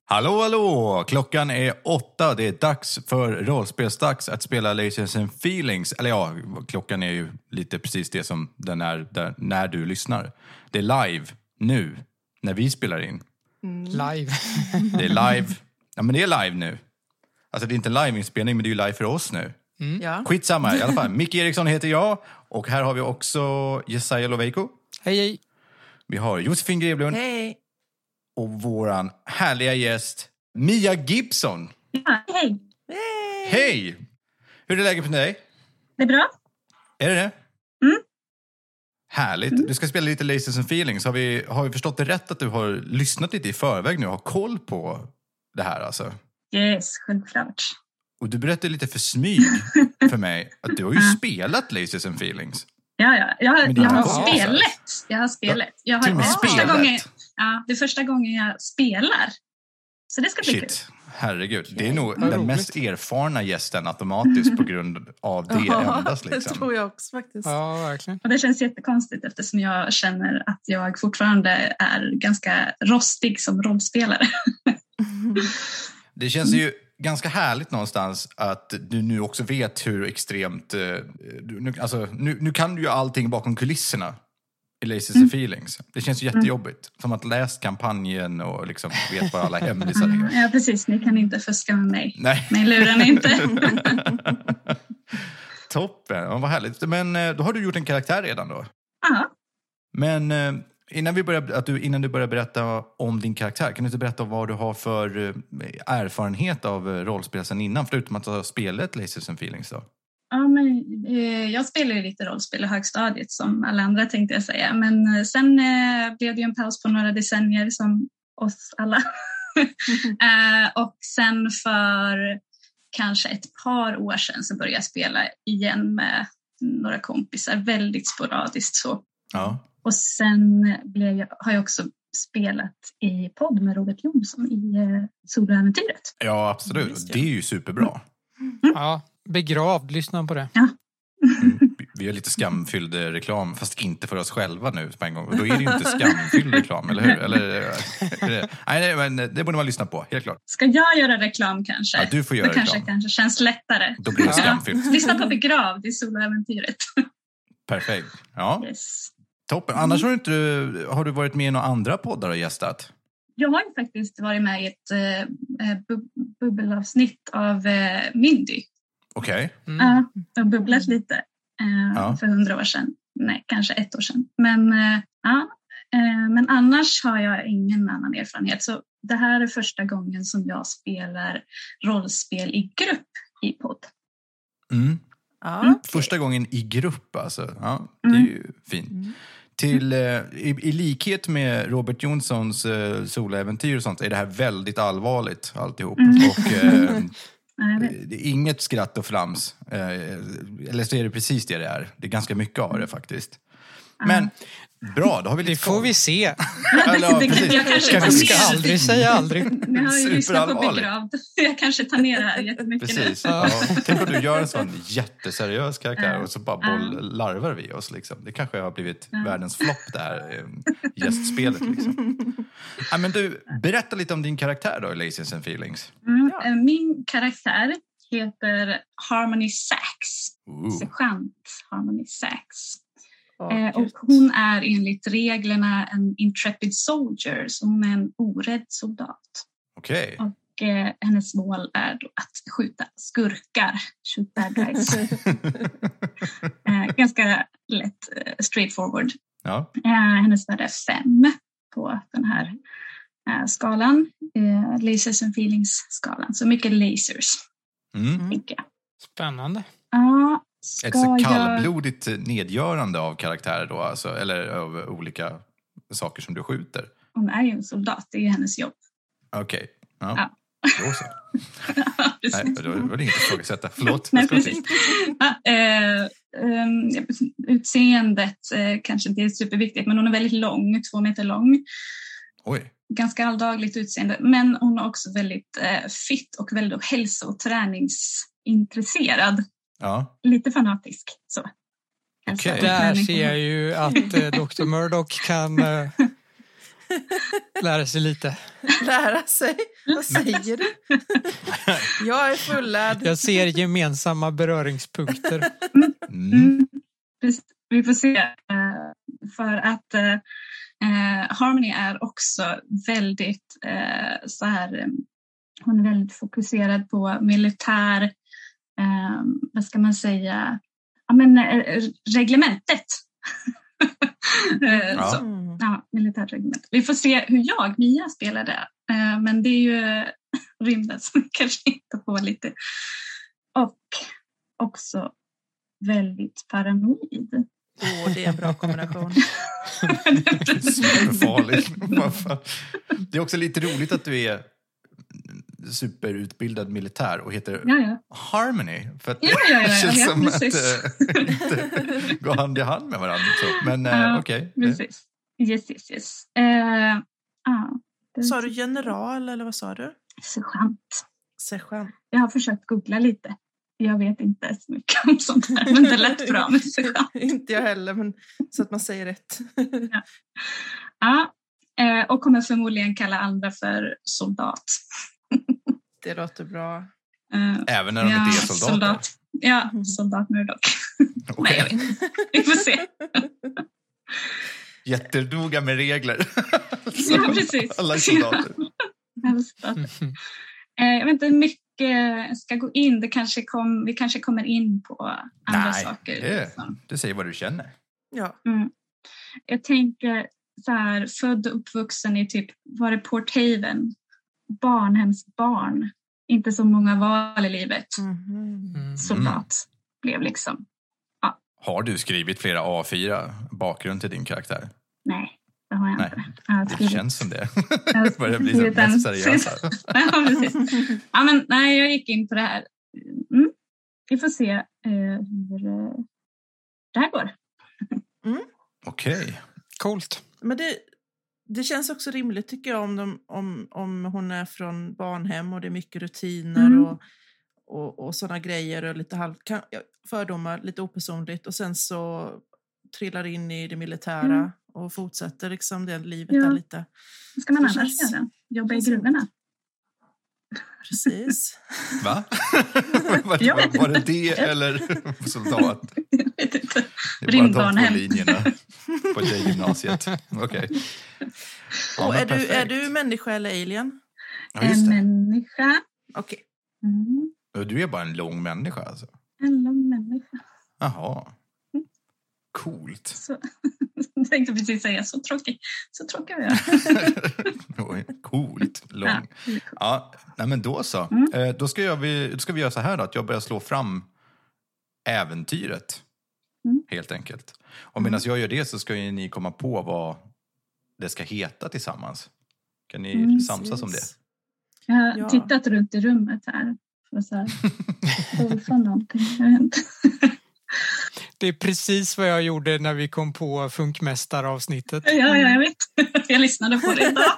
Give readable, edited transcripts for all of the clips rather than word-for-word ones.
Hallå, hallå! Klockan är 8. Det är dags för rollspelsdags att spela Lasers and Feelings. Eller ja, klockan är ju lite precis det som den är där, när du lyssnar. Det är live nu, när vi spelar in. Live. Det är live. Ja, men det är live nu. Alltså det är inte en live-inspelning, men det är ju live för oss nu. Ja. Skitsamma i alla fall. Micke Eriksson heter jag. Och här har vi också Jesaja Loveiko. Hej, hej. Vi har Josefin Grevlund. Hej. Och våran härliga gäst Mia Gibson. Ja, hej. Hej! Hur är läget med dig? Det är bra. Är det? Mm. Härligt. Du ska spela lite Lasers and Feelings. Har vi förstått det rätt att du har lyssnat lite i förväg nu och har koll på det här alltså? Yes, självklart. Och du berättade lite för smyg för mig att du har ju spelat Lasers and Feelings. Ja. Jag har spelat. Till och med spelet? Det är första gången jag spelar. Så det ska bli kul. Herregud. Det är nog den mest erfarna gästen automatiskt på grund av det endast. Liksom. Det tror jag också faktiskt. Ja, verkligen. Och det känns jättekonstigt eftersom jag känner att jag fortfarande är ganska rostig som rollspelare. Det känns ju ganska härligt någonstans att du nu också vet hur extremt... Nu kan du ju allting bakom kulisserna i Lasers and Feelings. Det känns ju jättejobbigt. Som att läst kampanjen och liksom vet vad alla hemlisar är. Ja, precis. Ni kan inte fuska med mig. Nej. Ni lurar mig inte. Toppen, ja, vad härligt. Men då har du gjort en karaktär redan då? Ja. Men innan du börjar berätta om din karaktär, kan du inte berätta vad du har för erfarenhet av rollspel sen innan, förutom att ha spelat Lasers and Feelings då? Ja, men jag spelar ju lite rollspel i högstadiet som alla andra tänkte jag säga. Men sen blev det ju en paus på några decennier som oss alla. Och sen för kanske ett par år sedan så började jag spela igen med några kompisar. Väldigt sporadiskt så. Ja. Och sen har jag också spelat i podd med Robert Jonsson i Soloäventyret. Ja, absolut. Det är ju superbra. Ja, begravd. Lyssna på det. Ja. Vi har lite skamfylld reklam, fast inte för oss själva nu på en gång. Då är det ju inte skamfylld reklam, eller hur? Nej, men det borde man lyssna på, helt klart. Ska jag göra reklam kanske? Ja, du får göra reklam. Kanske känns lättare. Då blir det skamfyllt. Lyssna på Begravd i Soloäventyret. Perfekt. Ja. Yes. Toppen. Annars har du varit med i några andra poddar och gästat? Jag har ju faktiskt varit med i ett bubbelavsnitt av Mindy. Okej. Jag har bubblat lite för 100 år sedan. Nej, kanske 1 år sedan. Men annars har jag ingen annan erfarenhet. Så det här är första gången som jag spelar rollspel i grupp i podd. Mm. Ja. Första gången i grupp alltså. Ja, det är ju fint. I likhet med Robert Jonssons soloäventyr och sånt är det här väldigt allvarligt alltihop. Och det är inget skratt och flams. Eller så är det precis det är. Det är ganska mycket av det faktiskt. Men bra, då har vi lite... Det får vi se. Jag kanske ska aldrig säga aldrig. Ni har ju lyssnat på Begravd. Jag kanske tar ner det här jättemycket. Precis. Nu. Ja. Tänk om du gör en sån jätteseriös karaktär och så bara larvar vi oss. Liksom. Det kanske har blivit världens flopp det här gästspelet. Liksom. Ja, men du, berätta lite om din karaktär då i Lasers and Feelings. Min karaktär heter Harmony Sachs. Sergeant Harmony Sachs. Och hon är enligt reglerna en intrepid soldier, så hon är en orädd soldat. Okej. Och hennes mål är då att skjuta skurkar, shoot bad guys. Ganska lätt, straightforward. Ja. Hennes värde är 5 på den här skalan, Lasers and Feelings-skalan. Så mycket lasers. Spännande. Ja. Ett så kallblodigt nedgörande av karaktärer då, alltså, eller av olika saker som du skjuter. Hon är ju en soldat, det är ju hennes jobb. Okej. Ja. Då så. Precis. Nej, då var det inget att ifrågasätta. Förlåt. Nej, precis. Utseendet kanske inte är superviktigt, men hon är väldigt lång, 2 meter lång. Oj. Ganska alldagligt utseende, men hon är också väldigt fit och väldigt hälso- och träningsintresserad. Ja. Lite fanatisk så. Okay. Där ser jag ju att Dr. Murdoch kan Lära sig lite. Lära sig? Vad säger du? Jag är fullärd. Jag ser gemensamma beröringspunkter. Vi får se. För att Harmony är också väldigt så här. Hon är väldigt fokuserad på militär. Vad ska man säga? Ja, men reglementet. Militärreglement. Vi får se hur Mia spelar det. Men det är ju rymden som kanske inte får lite. Och också väldigt paranoid. Det är en bra kombination. Superfarligt. Det är också lite roligt att du är superutbildad militär och heter Harmony. För att det känns som att det går hand i hand med varandra. Så. Men okej. Precis. Yes. Sa du general eller vad sa du? Sergeant. Jag har försökt googla lite. Jag vet inte så mycket om sånt här, men det lät bra med sergeant. Inte jag heller, men så att man säger rätt. Och kommer förmodligen kalla andra för soldat. Det låter bra. Även när de inte är soldater? Soldat nu dock. Okay. Nej, jag vet inte. Vi får se. Jättenoga med regler. Ja, precis. Alla är soldater. Jag vet inte hur mycket jag ska gå in. Vi kanske kommer in på andra saker. Du säger vad du känner. Ja. Jag tänker så här, född och uppvuxen i typ, var det Port Haven? Barnhemsbarn. Inte så många val i livet. Soldat blev liksom. Ja. Har du skrivit flera A4 bakgrund till din karaktär? Nej, det har jag inte. Det känns som det. Det börjar bli så mest seriösa. Ja, precis. Ja, men nej, jag gick in på det här. Vi får se hur det här går. Okej. Coolt. Men det känns också rimligt tycker jag om hon är från barnhem och det är mycket rutiner och sådana grejer och lite fördomar, lite opersonligt och sen så trillar in i det militära och fortsätter liksom det livet där lite. Vad ska man annars göra? Jobba i gruvorna? Precis. Va? Var det det eller soldat? Jag vet inte. Det är bara de två linjerna på gymnasiet. Okej. Och är du människa eller alien? Ja, just det. En människa. Okej. Du är bara en lång människa alltså? En lång människa. Jaha. Coolt. Så, jag tänkte precis säga så tråkig var jag. Coolt. Lång. Ja, nej men då så. Då ska vi göra så här då, att jag börjar slå fram äventyret. Helt enkelt. Och medan jag gör det så ska ju ni komma på vad det ska heta tillsammans. Kan ni samsas om det? Jag har tittat runt i rummet här. För så här. För någonting. Jag vet inte. Det är precis vad jag gjorde när vi kom på Funkmästar-avsnittet. Ja, jag vet. Jag lyssnade på det idag.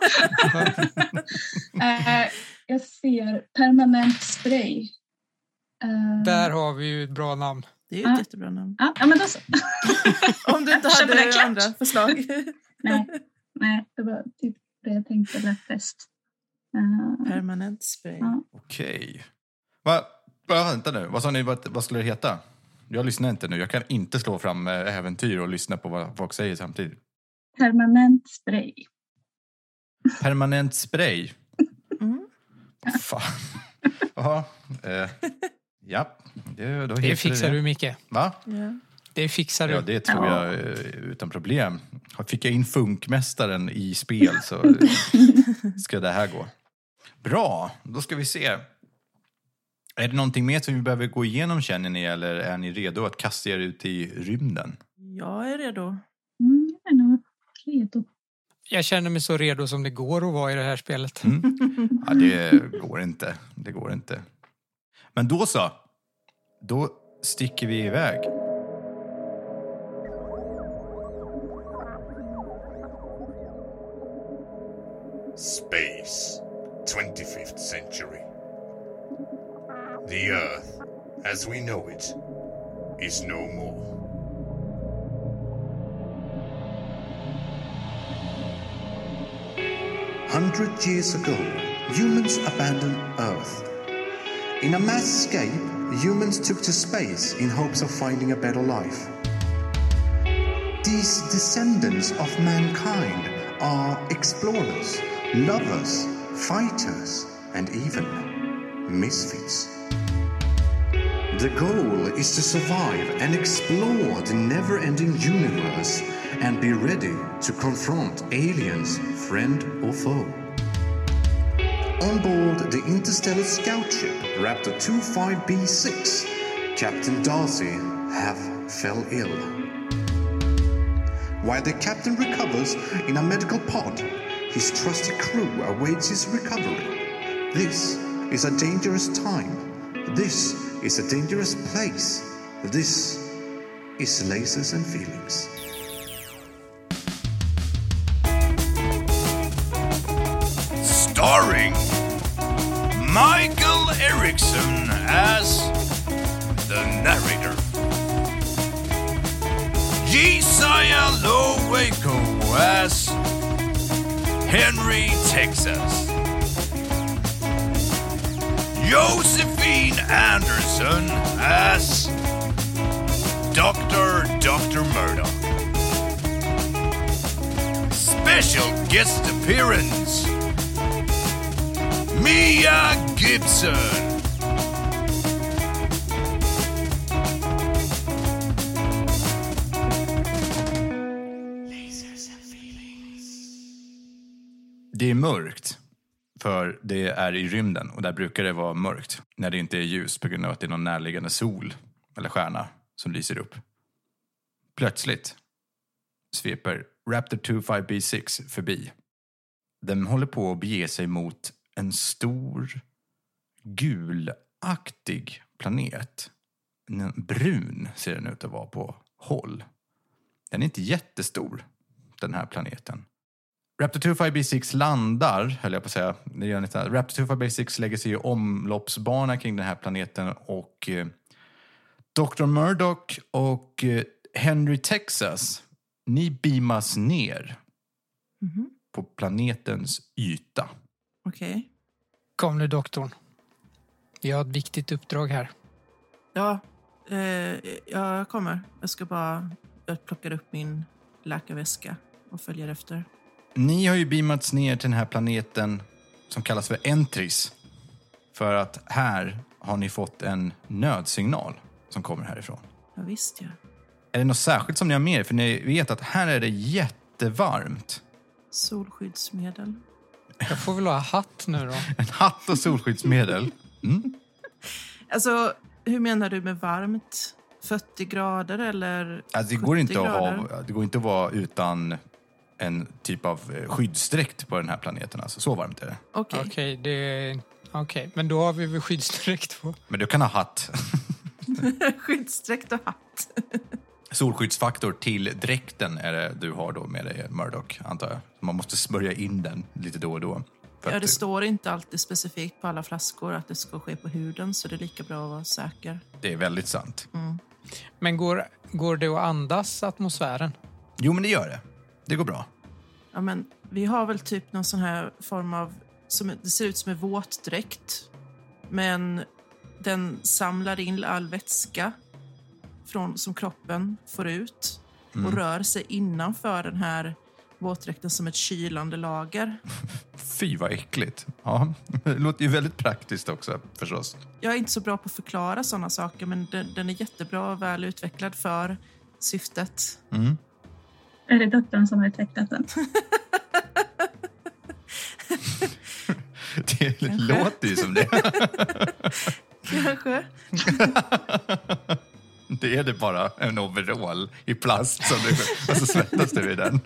Jag ser permanent spray. Där har vi ju ett bra namn. Det är ju ett jättebra namn. Ja, men då så. Om du inte hade andra förslag. Nej, det var typ det jag tänkte lät bäst. Permanent spray. Okej. Vänta nu, vad sa ni, vad skulle det heta? Jag lyssnar inte nu, jag kan inte slå fram äventyr och lyssna på vad folk säger samtidigt. Permanent spray. Permanent spray? Fan. Jaha. Ja. Det fixar du, Micke. Va? Ja. Det fixar du. Ja, det tror jag utan problem. Fick jag in Funkmästaren i spel så ska det här gå. Bra, då ska vi se. Är det någonting mer som vi behöver gå igenom, känner ni? Eller är ni redo att kasta er ut i rymden? Jag är redo. Jag är nog redo. Jag känner mig så redo som det går att vara i det här spelet. Ja, det går inte. Det går inte. Men då så. Då sticker vi iväg. Space, 25th century. The Earth, as we know it, is no more. 100 years ago, humans abandoned Earth. In a mass escape, humans took to space in hopes of finding a better life. These descendants of mankind are explorers, lovers, fighters, and even misfits. The goal is to survive and explore the never-ending universe and be ready to confront aliens, friend or foe. On board the interstellar scout ship Raptor 25B6, Captain Darcy fell ill. While the captain recovers in a medical pod, his trusty crew awaits his recovery. This is a dangerous time. This is a dangerous place. This is Lasers and Feelings. Starring Michael Erickson as the narrator, Josiah Lowaco as Henry Texas, Josephine Anderson as Dr. Murdoch. Special guest appearance, Mia Gibson. Det är mörkt, för det är i rymden och där brukar det vara mörkt när det inte är ljus på grund av att det är någon närliggande sol eller stjärna som lyser upp. Plötsligt sveper Raptor 25B6 förbi. Den håller på att bege sig mot en stor gulaktig planet. En brun ser den ut att vara på håll. Den är inte jättestor, den här planeten. Raptor 25B6 landar, höll jag på att säga. Raptor 25B6 lägger sig i omloppsbana kring den här planeten och Dr. Murdoch och Henry Texas, ni beamas ner på planetens yta. Okej. Kom nu, doktorn. Vi har ett viktigt uppdrag här. Ja, jag kommer. Jag plockar upp min läkarväska och följer efter. Ni har ju beamats ner till den här planeten som kallas för Entris. För att här har ni fått en nödsignal som kommer härifrån. Ja, visst ja. Är det något särskilt som ni har med er? För ni vet att här är det jättevarmt. Solskyddsmedel. Jag får väl ha hatt nu då. En hatt och solskyddsmedel. Mm. Alltså, hur menar du med varmt? 40 grader eller Alltså, det går inte att vara utan en typ av skyddsdräkt på den här planeten. Alltså, så varmt är det. Okej, men då har vi väl skyddsdräkt på. Men du kan ha hatt. Skyddsdräkt och hatt. Solskyddsfaktor till dräkten är det du har då med dig, Murdoch, antar jag. Man måste smörja in den lite då och då. Ja, det står inte alltid specifikt på alla flaskor att det ska ske på huden, så det är lika bra att vara säker. Det är väldigt sant. Mm. Men går det att andas atmosfären? Jo, men det gör det. Det går bra. Ja, men vi har väl typ någon sån här form av, det ser ut som en våtdräkt, men den samlar in all vätska som kroppen får ut och rör sig innanför den här våtdräkten som ett kylande lager. Fy, vad äckligt. Ja, det låter ju väldigt praktiskt också, förstås. Jag är inte så bra på att förklara sådana saker, men den är jättebra och väl utvecklad för syftet. Mm. Är det doktorn som har utvecklat den? Det låter ju som det. Kanske. Det är det bara en overall i plast som och så svettas du i den.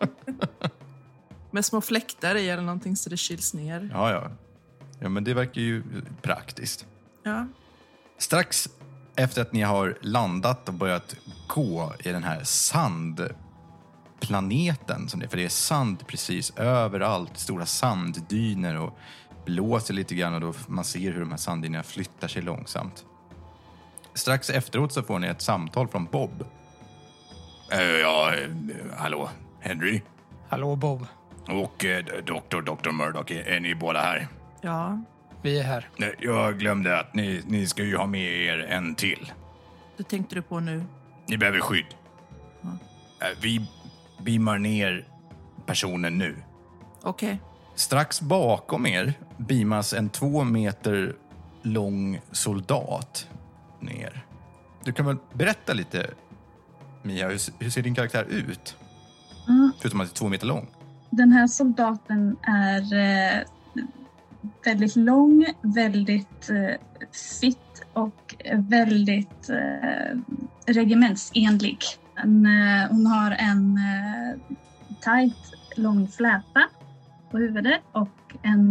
Med små fläktar i eller någonting så det kyls ner. Ja, men det verkar ju praktiskt. Ja. Strax efter att ni har landat och börjat gå i den här sandplaneten, för det är sand precis överallt, stora sanddyner och blåser lite grann och då man ser hur de här sanddynerna flyttar sig långsamt. Strax efteråt så får ni ett samtal från Bob. Hallå, Henry? Hallå, Bob. Och Dr. Murdoch, är ni båda här? Ja, Vi är här. Nej, jag glömde att ni ska ju ha med er en till. det tänkte du på nu. Ni behöver skydd. Vi beamar ner personen nu. Okej. Strax bakom er beamas en 2 meter lång soldat ner. Du kan väl berätta lite, Mia, hur ser din karaktär ut? Förutom att det är 2 meter lång. Den här soldaten är väldigt lång, väldigt fit och väldigt regimentsenlig. Hon har en tight lång fläta på huvudet och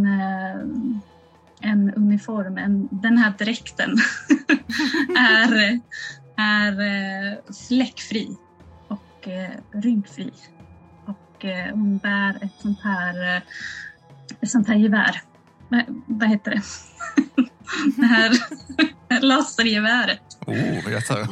en uniform. Den här dräkten är fläckfri och rynkfri. Och hon bär ett sånt här gevär. Vad heter det? Det här lasergeväret. Jag tar.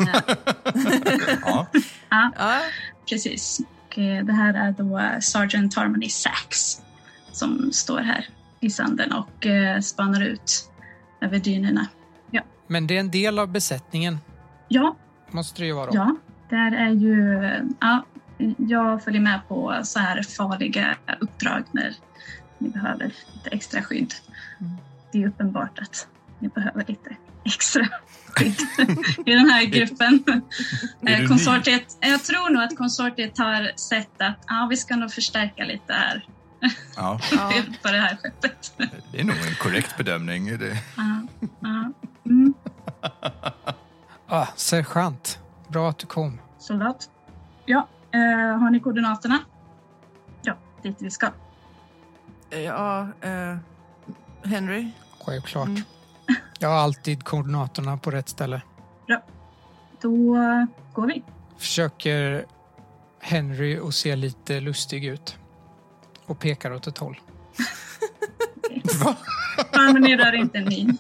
Ja, precis. Och det här är då Sergeant Harmony Sachs som står här i sanden och spanar ut över dynorna. Ja. Men det är en del av besättningen. Ja. Måste det ju vara. Ja, där är ju... Ja, jag följer med på så här farliga uppdrag när ni behöver lite extra skydd. Det är uppenbart att ni behöver lite extra skydd i den här gruppen. Konsortiet, jag tror nog att konsortiet har sett att vi ska nog förstärka lite här. Ja. På det här skeppet. Det är nog en korrekt bedömning. Sergeant. Bra att du kom. Soldat. Ja, har ni koordinaterna? Ja, dit vi ska. Ja, Henry? Självklart. Jag har alltid koordinaterna på rätt ställe. Bra. Då går vi. Försöker Henry att se lite lustig ut. Och pekar åt ett håll. Va? Ja, men ni rör inte en min.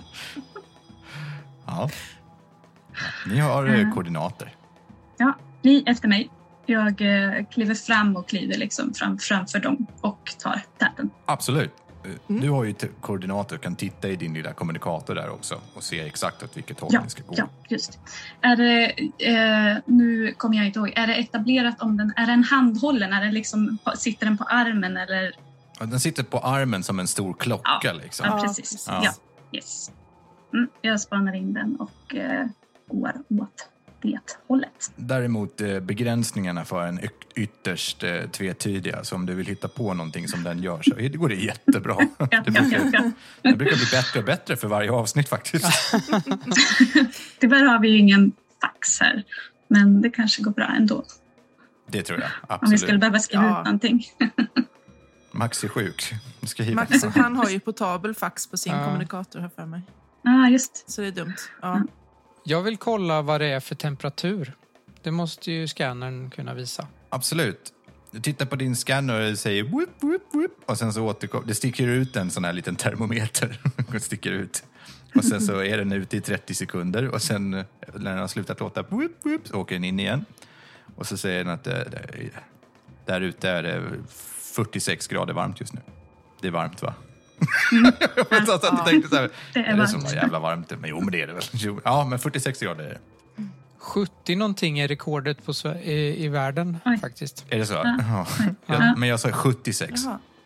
Ja. Ni har koordinater. Ja, ni efter mig. Jag kliver fram och kliver liksom framför dem och tar täten. Absolut. Du har ju koordinater och kan titta i din lilla kommunikator där också och se exakt åt vilket håll ni ska gå. Ja, just. Är det, nu kommer jag inte ihåg, är det etablerat om den, är den handhållen? Är det liksom, sitter den på armen eller? Ja, den sitter på armen som en stor klocka liksom. Ja, precis. Ja. Yes. Jag spanar in den och går åt det hållet. Däremot begränsningarna för en ytterst tvetydiga. Så om du vill hitta på någonting som den gör så det går det jättebra. Det brukar bli bättre och bättre för varje avsnitt faktiskt. Tyvärr har vi ju ingen fax här. Men det kanske går bra ändå. Det tror jag, absolut. Om vi skulle behöva skriva ut någonting. Max är sjuk. Max, han har ju portabel fax på sin kommunikator här för mig. Just. Så det är dumt. Ja. Jag vill kolla vad det är för temperatur. Det måste ju scannern kunna visa. Absolut. Du tittar på din scanner och säger whoop, whoop, whoop. Och sen så det sticker ut en sån här liten termometer. sticker ut. Och sen så är den ute i 30 sekunder. Och sen när den har slutat låta whoop, whoop, så åker den in igen. Och så säger den att där ute är det 46 grader varmt just nu. Det är varmt, va? Jag tänkte så här, är det så jävla varmt? Men jo, men det är det väl. Ja, men 46 grader är det. 70 någonting är rekordet på i världen faktiskt. Är det så? Men jag sa 76.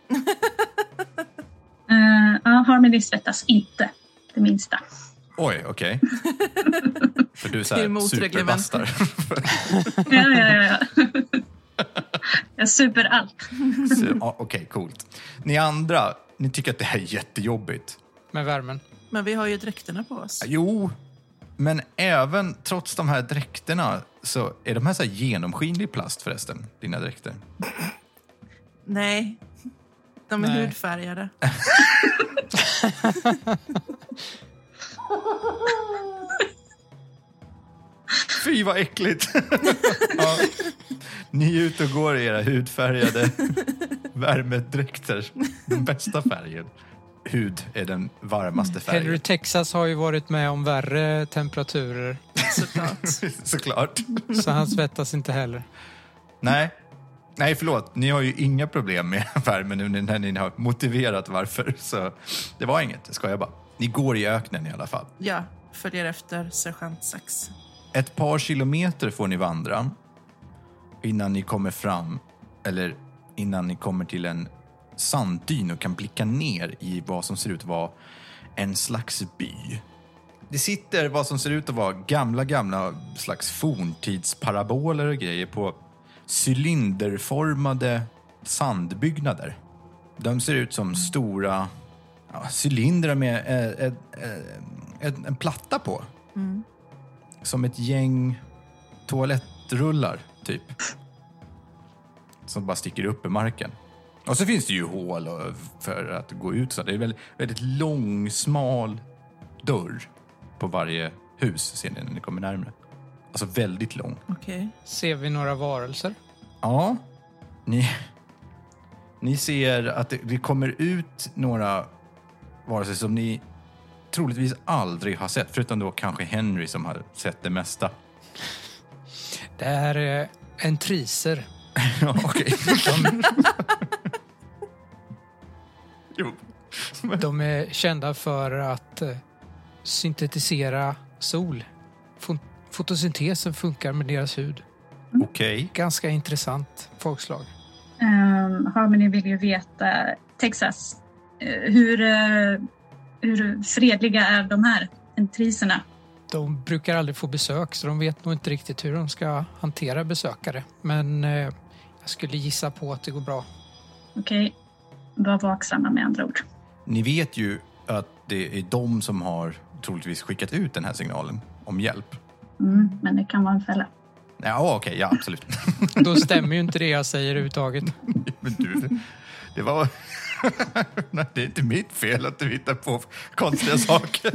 Harmony svettas inte, det minsta. Oj, okej. För du är så här superbastar. Ja. Jag super allt. Okej, coolt. Ni andra, ni tycker att det här är jättejobbigt. Med värmen. Men vi har ju dräkterna på oss. Jo, men även trots de här dräkterna så är de här så här genomskinlig plast förresten, dina dräkter. Nej, de är hudfärgade. Fy, vad äckligt. Ja. Ni är ute och går i era hudfärgade värmedräkter. Den bästa färgen. Hud är den varmaste färgen. Henry Texas har ju varit med om värre temperaturer. Såklart. Såklart. Så han svettas inte heller. Nej, Nej, förlåt. Ni har ju inga problem med värmen nu när ni har motiverat varför. Så det var inget, jag skojar bara. Ni går i öknen i alla fall. Ja, följer efter sergeant Sax. Ett par kilometer får ni vandra innan ni kommer fram, eller innan ni kommer till en sanddyn och kan blicka ner i vad som ser ut att vara en slags by. Det sitter vad som ser ut att vara gamla slags forntidsparaboler och grejer på cylinderformade sandbyggnader. De ser ut som stora cylindrar med en platta på. Mm. Som ett gäng toalettrullar, typ. Som bara sticker upp i marken. Och så finns det ju hål för att gå ut. Så det är väldigt lång, smal dörr på varje hus, ser ni när ni kommer närmare. Alltså väldigt lång. Okej. Ser vi några varelser? Ja, ni ser att det kommer ut några varelser som ni troligtvis aldrig har sett. Förutom då kanske Henry som har sett det mesta. Det är en triser. Ja, okej. Jo. De är kända för att syntetisera sol. Fotosyntesen funkar med deras hud. Okej. Ganska intressant folkslag. Harmony vill ju veta, Texas, hur fredliga är de här entriserna? De brukar aldrig få besök, så de vet nog inte riktigt hur de ska hantera besökare. Men jag skulle gissa på att det går bra. Okej, var vaksamma med andra ord. Ni vet ju att det är de som har troligtvis skickat ut den här signalen om hjälp. Men det kan vara en fälla. Ja, okej, ja, absolut. Då stämmer ju inte det jag säger överhuvudtaget. Men du, det var... Nej, det är inte mitt fel att du hittar på konstiga saker.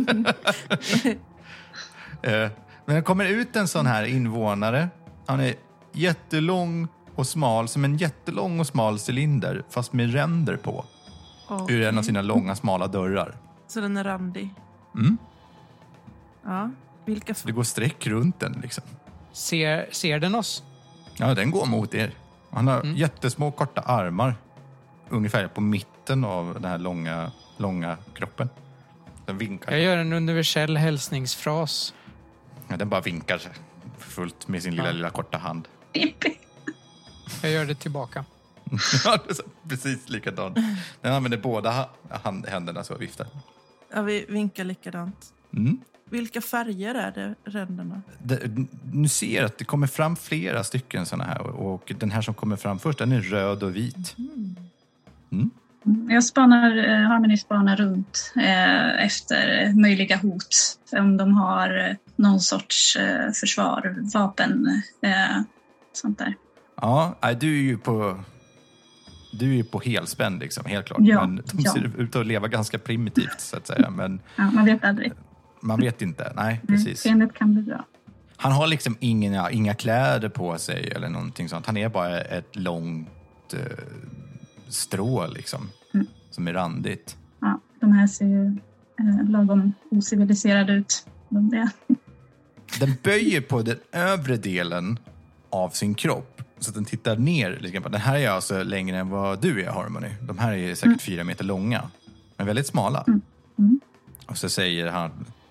Men det kommer ut en sån här invånare. Han är jättelång och smal, som en jättelång och smal cylinder, fast med ränder på. Ur en av sina långa, smala dörrar. Så den är randig. Mm. Ja, vilka... Det går streck runt den liksom. Ser den oss? Ja, den går mot er. Han har jättesmå korta armar. Ungefär på mitten av den här långa kroppen. Den vinkar. Jag gör en universell hälsningsfras. Ja, den bara vinkar sig fullt med sin lilla korta hand. Jag gör det tillbaka. Ja, det är precis likadant. Den använder båda händerna så och viftar. Ja, vi vinkar likadant. Mm. Vilka färger är det ränderna? Nu ser att det kommer fram flera stycken såna här. Och den här som kommer fram först, den är röd och vit. Mm. Harmony spanar runt efter möjliga hot. Om de har någon sorts försvar, vapen, sånt där. Ja, du är ju på helspänn liksom, helt klart. Ja, men de ser ut att leva ganska primitivt så att säga. Men ja, man vet aldrig. man vet inte, nej precis. Skenet kan bli bra. Han har liksom inga kläder på sig eller någonting sånt. Han är bara ett långt strå liksom, som är randigt. Ja, de här ser ju lagom ociviliserade ut. Den böjer på den övre delen av sin kropp så att den tittar ner lite grann. Den här är alltså längre än vad du är, Harmony. De här är säkert 4 meter långa, men väldigt smala. Och så säger han: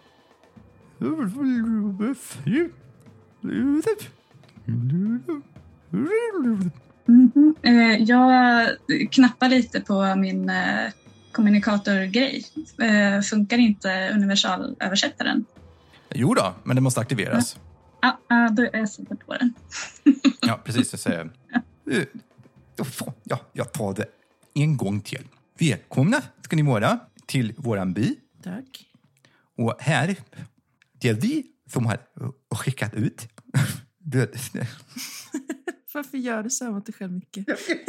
Jag knappar lite på min kommunikatorgrej. Funkar inte universalöversättaren? Jo då, men det måste aktiveras. Ja, då är jag säker på den. Ja, precis, jag säger. Ja, jag tar det en gång till. Välkomna ska ni vara till våran by. Tack. Och här, det är vi som har skickat ut. Varför gör du så här mot dig själv mycket?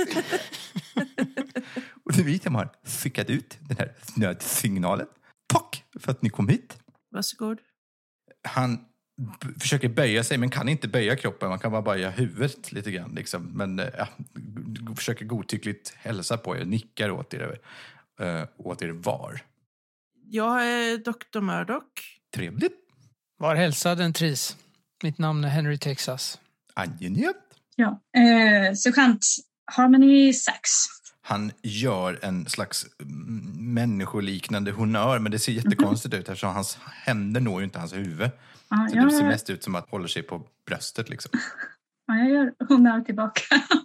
Och det är vi som har skickat ut den här nödsignalen. Tack för att ni kom hit. Varsågod. Han försöker böja sig men kan inte böja kroppen. Man kan bara böja huvudet lite grann. Liksom. Men försöker godtyckligt hälsa på er. Nickar åt er var. Jag är Dr. Murdoch. Trevligt. Var hälsad en tris. Mitt namn är Henry Texas. Angenämt. Ja, sergeant Harmony Sachs. Han gör en slags människoliknande honör, men det ser jättekonstigt ut eftersom hans händer når ju inte hans huvud. Så det ser mest ut som att håller sig på bröstet liksom. Ja, jag gör honör tillbaka.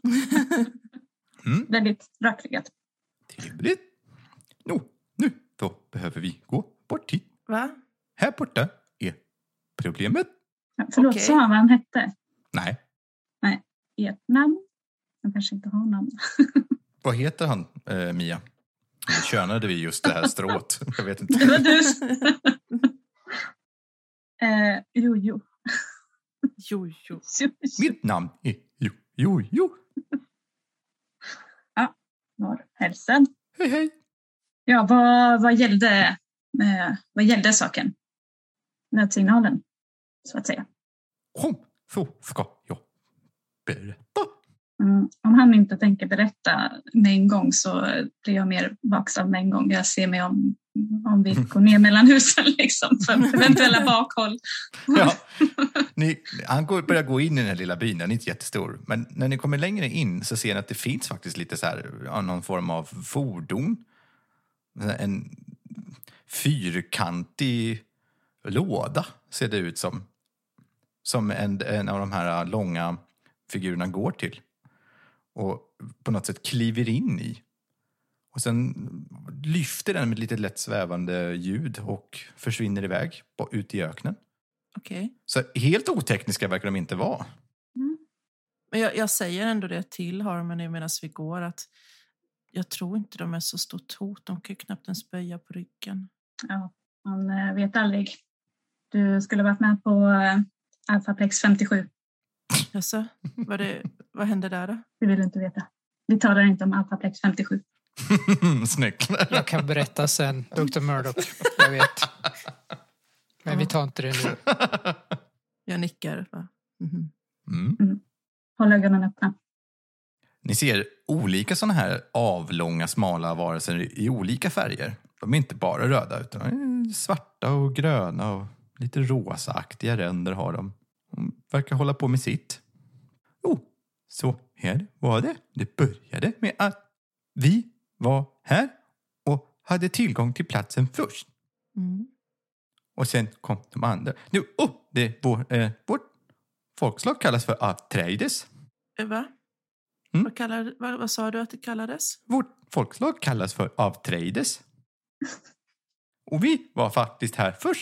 Väldigt rakryggat. Trevligt. Nu då behöver vi gå bort hit. Va? Här borta är problemet. Ja, förlåt, Okej. sa han vad han hette? Nej. Ert namn? Jag kanske inte har namn. Vad heter han, Mia? Eller könade vi just det här strået? Jag vet inte. Det var du. Jojo. Jojo. Mitt namn är Jo. Ja, var hälsan. Hej. Ja, vad gällde saken? Nödsignalen, så att säga. Så ska jag berätta. Om han inte tänker berätta med en gång så blir jag mer vaksam med en gång. Jag ser mig om vi går ner mellan husen liksom, för eventuella bakhåll. Ja. Han börjar gå in i den här lilla byn, den är inte jättestor. Men när ni kommer längre in så ser ni att det finns faktiskt lite så här, någon form av fordon. En fyrkantig låda ser det ut som. Som en av de här långa figurerna går till. Och på något sätt kliver in i. Och sen lyfter den med lite lätt svävande ljud och försvinner iväg ut i öknen. Okej. Så helt otekniska verkar de inte vara. Men jag säger ändå det till Harmony medan vi går att jag tror inte de är så stort hot. De kan ju knappt ens böja på ryggen. Ja, man vet aldrig. Du skulle varit med på Alphaplex 57. Jaså? Vad hände där då? Det vill du inte veta. Vi talar inte om Alphaplex 57. Snyggt. Jag kan berätta sen, Dr. Murdoch. Jag vet. Men vi tar inte det nu. Jag nickar. Va? Håll ögonen öppna. Ni ser olika sådana här avlånga, smala varelser i olika färger. De är inte bara röda utan de är svarta och gröna och lite rosaaktiga ränder har de. De verkar hålla på med sitt. Så här var det. Det började med att vi var här och hade tillgång till platsen först. Och sen kom de andra. Vårt folkslag kallas för Atreides. Va? Vad sa du att det kallades? Vårt folkslag kallas för Atreides. Och vi var faktiskt här först.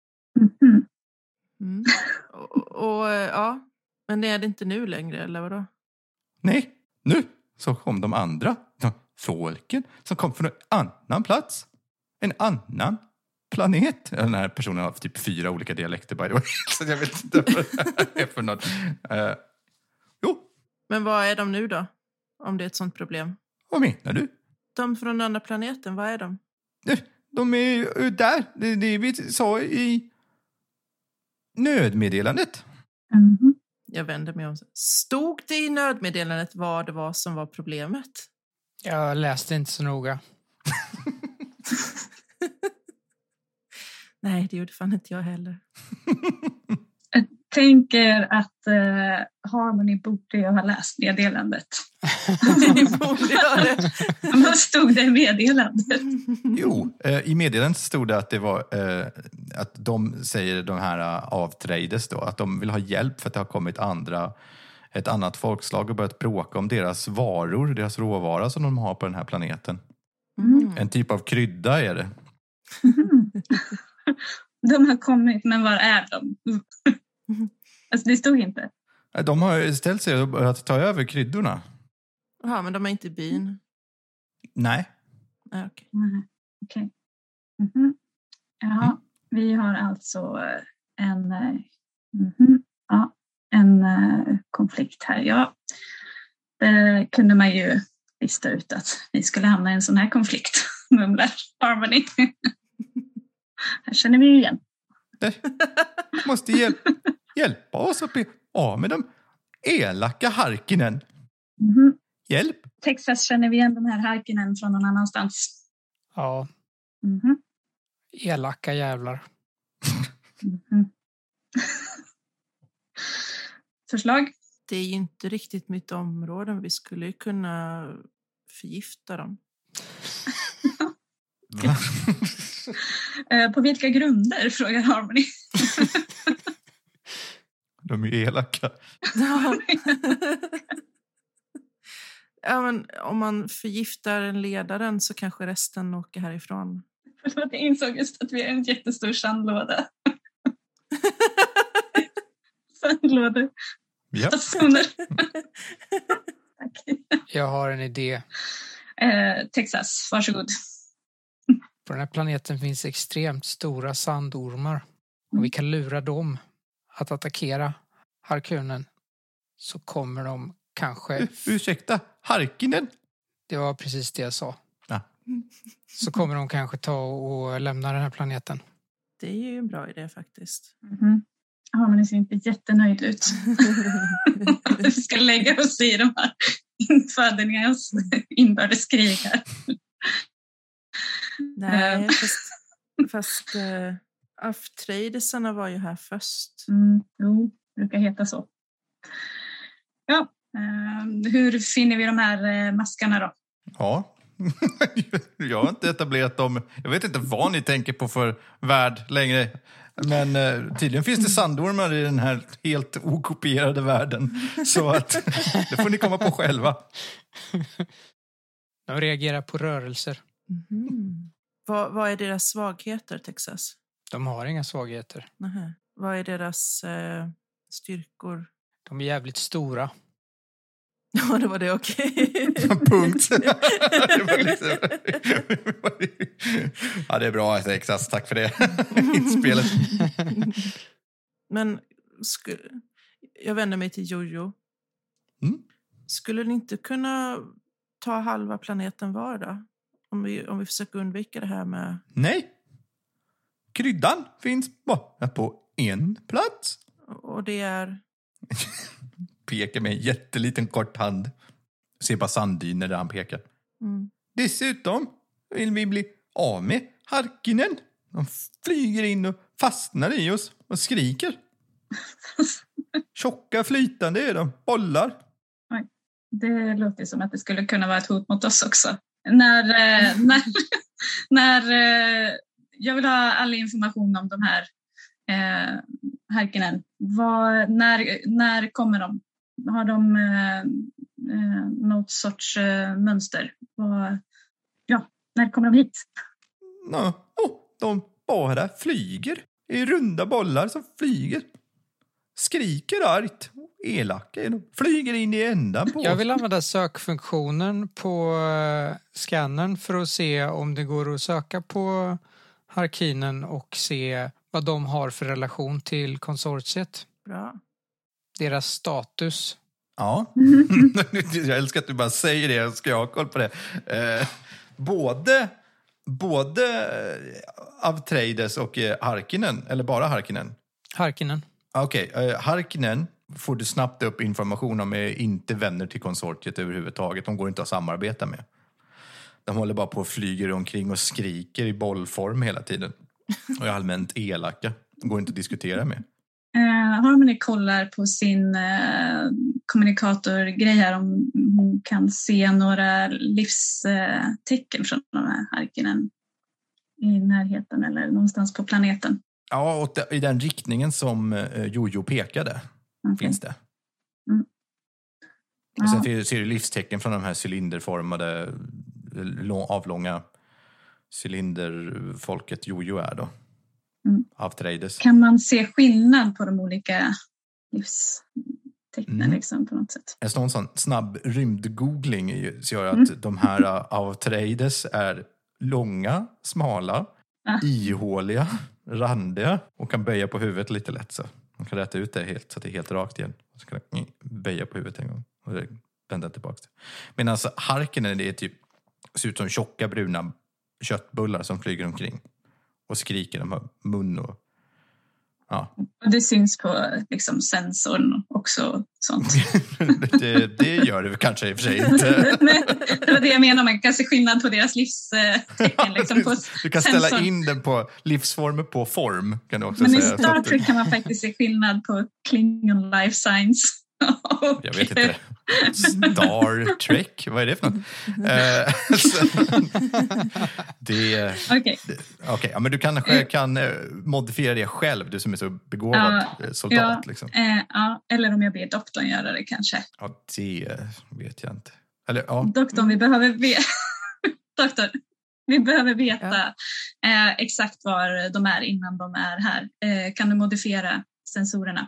Ja, men det är det inte nu längre, eller vadå? Nej, nu så kom de andra. Folken som kom från en annan plats. En annan planet. Den här personen har typ 4 olika dialekter by the way. Så jag vet inte vad det är för något. Men vad är de nu då? Om det är ett sånt problem. Vad menar du? De från den andra planeten, vad är de? De är där. Det vi sa i nödmeddelandet. Jag vänder mig om. Stod det i nödmeddelandet vad det var som var problemet? Jag läste inte så noga. Nej, det gjorde fan inte jag heller. Jag tänker att Harmony borde ju ha läst meddelandet. Vad stod det i meddelandet? Jo, i meddelandet stod det att det var att de säger de här Atreides då, att de vill ha hjälp för att det har kommit ett annat folkslag och börjat bråka om deras varor, deras råvara som de har på den här planeten. En typ av krydda är det. De har kommit, men var är de? Alltså det stod inte. De har ställt sig och börjat ta över kryddorna. Jaha, men de är inte i byn? Nej. Okej. Ja, vi har alltså en konflikt här. Ja, det kunde man ju lista ut att vi skulle hamna i en sån här konflikt. Mumlar Harmony. Här känner vi ju igen. Måste hjälpa oss att bli av med de elaka Harkinen. Hjälp. Texas känner vi igen de här Harkinen från någon annanstans. Ja. Elaka jävlar. Förslag? Det är ju inte riktigt mitt område. Vi skulle ju kunna förgifta dem. Va? På vilka grunder, frågar Harmony. De är ju elaka. Ja, men om man förgiftar en ledaren så kanske resten åker härifrån. Jag insåg just att vi är en jättestor sandlåda. Sandlådor. Ja. Personer. Tack. Jag har en idé. Texas, varsågod. På den här planeten finns extremt stora sandormar. Och vi kan lura dem att attackera Harkunen. Så kommer de kanske... Ursäkta, Harkinen? Det var precis det jag sa. Ja. Så kommer de kanske ta och lämna den här planeten. Det är ju en bra idé faktiskt. Mm-hmm. Harmony ser inte jättenöjd ut. Vi ska lägga oss i de här infödningarnas inbördeskrig här. Nej, fast Aftreidesarna var ju här först. Jo, det brukar heta så. Ja, hur finner vi de här maskarna då? Ja, jag har inte etablerat dem. Jag vet inte vad ni tänker på för värld längre. Men tydligen finns det sandormar i den här helt okopierade världen. Så att det får ni komma på själva. De reagerar på rörelser. Mm. Vad är deras svagheter, Texas? De har inga svagheter. Nähä. Vad är deras styrkor? De är jävligt stora. Ja, det var det, okej. Punkt. Det var liksom... Ja, det är bra, Texas. Tack för det. Inspelet. Men jag vänder mig till Jojo. Mm? Skulle ni inte kunna ta halva planeten var då? Om vi försöker undvika det här med... Nej. Kryddan finns bara på en plats. Och det är... Pekar med en jätteliten kort hand. Ser bara sanddyner där han pekar. Mm. Dessutom vill vi bli av med Harkinen. De flyger in och fastnar i oss och skriker. Tjocka, flytande är de. Bollar. Oj, det låter som att det skulle kunna vara ett hot mot oss också. När jag vill ha all information om de här Harkinen. När kommer de? Har de något sorts mönster? När kommer de hit? De bara flyger. I runda bollar som flyger. Skriker argt. Elaka är de. Flyger in i ändan på. Jag vill använda sökfunktionen på scannern för att se om det går att söka på Harkinen och se vad de har för relation till konsortiet. Bra. Deras status. Ja. Jag älskar att du bara säger det. Jag ska ha koll på det. Både Aftreides och Harkinen. Eller bara Harkinen? Harkinen. Okej, Harkinen får du snabbt upp information om är inte vänner till konsortiet överhuvudtaget. De går inte att samarbeta med. De håller bara på och flyger omkring och skriker i bollform hela tiden. Och är allmänt elaka. De går inte att diskutera med. Harmony kollar på sin kommunikatorgrej här om hon kan se några livstecken från de här Harkinen i närheten eller någonstans på planeten. Ja, och i den riktningen som Jojo pekade finns det. Mm. Och sen ser du livstecken från de här cylinderformade avlånga cylinderfolket Jojo är då. Aftreides. Kan man se skillnad på de olika livstecknen liksom, på något sätt? En sån snabb rymdgoogling gör att de här Aftreides är långa, smala, ihåliga, randiga och kan böja på huvudet lite lätt så. Man kan rätta ut det helt så att det är helt rakt igen. Så kan man böja på huvudet en gång och vända tillbaka. Men alltså Harkinen, det är typ ser ut som tjocka bruna köttbullar som flyger omkring och skriker. De har mun och ja. Och det syns på liksom sensorn också sånt. det gör det kanske i och för sig inte. Nej, det var det jag menar. Man kan se skillnad på deras livstecken. Liksom, på du kan ställa in den på livsformer på form. Kan du också men säga. I Star Trek kan man faktiskt se skillnad på Klingon Life Science. Jag vet inte. Star Trek? Vad är det för något? Okej, ja, men du kanske kan modifiera det själv, du som är så begåvad soldat. Liksom. Eller om jag ber doktorn göra det kanske. Ja, det vet jag inte. Eller, ja. Doktorn, vi behöver veta exakt var de är innan de är här. Kan du modifiera sensorerna?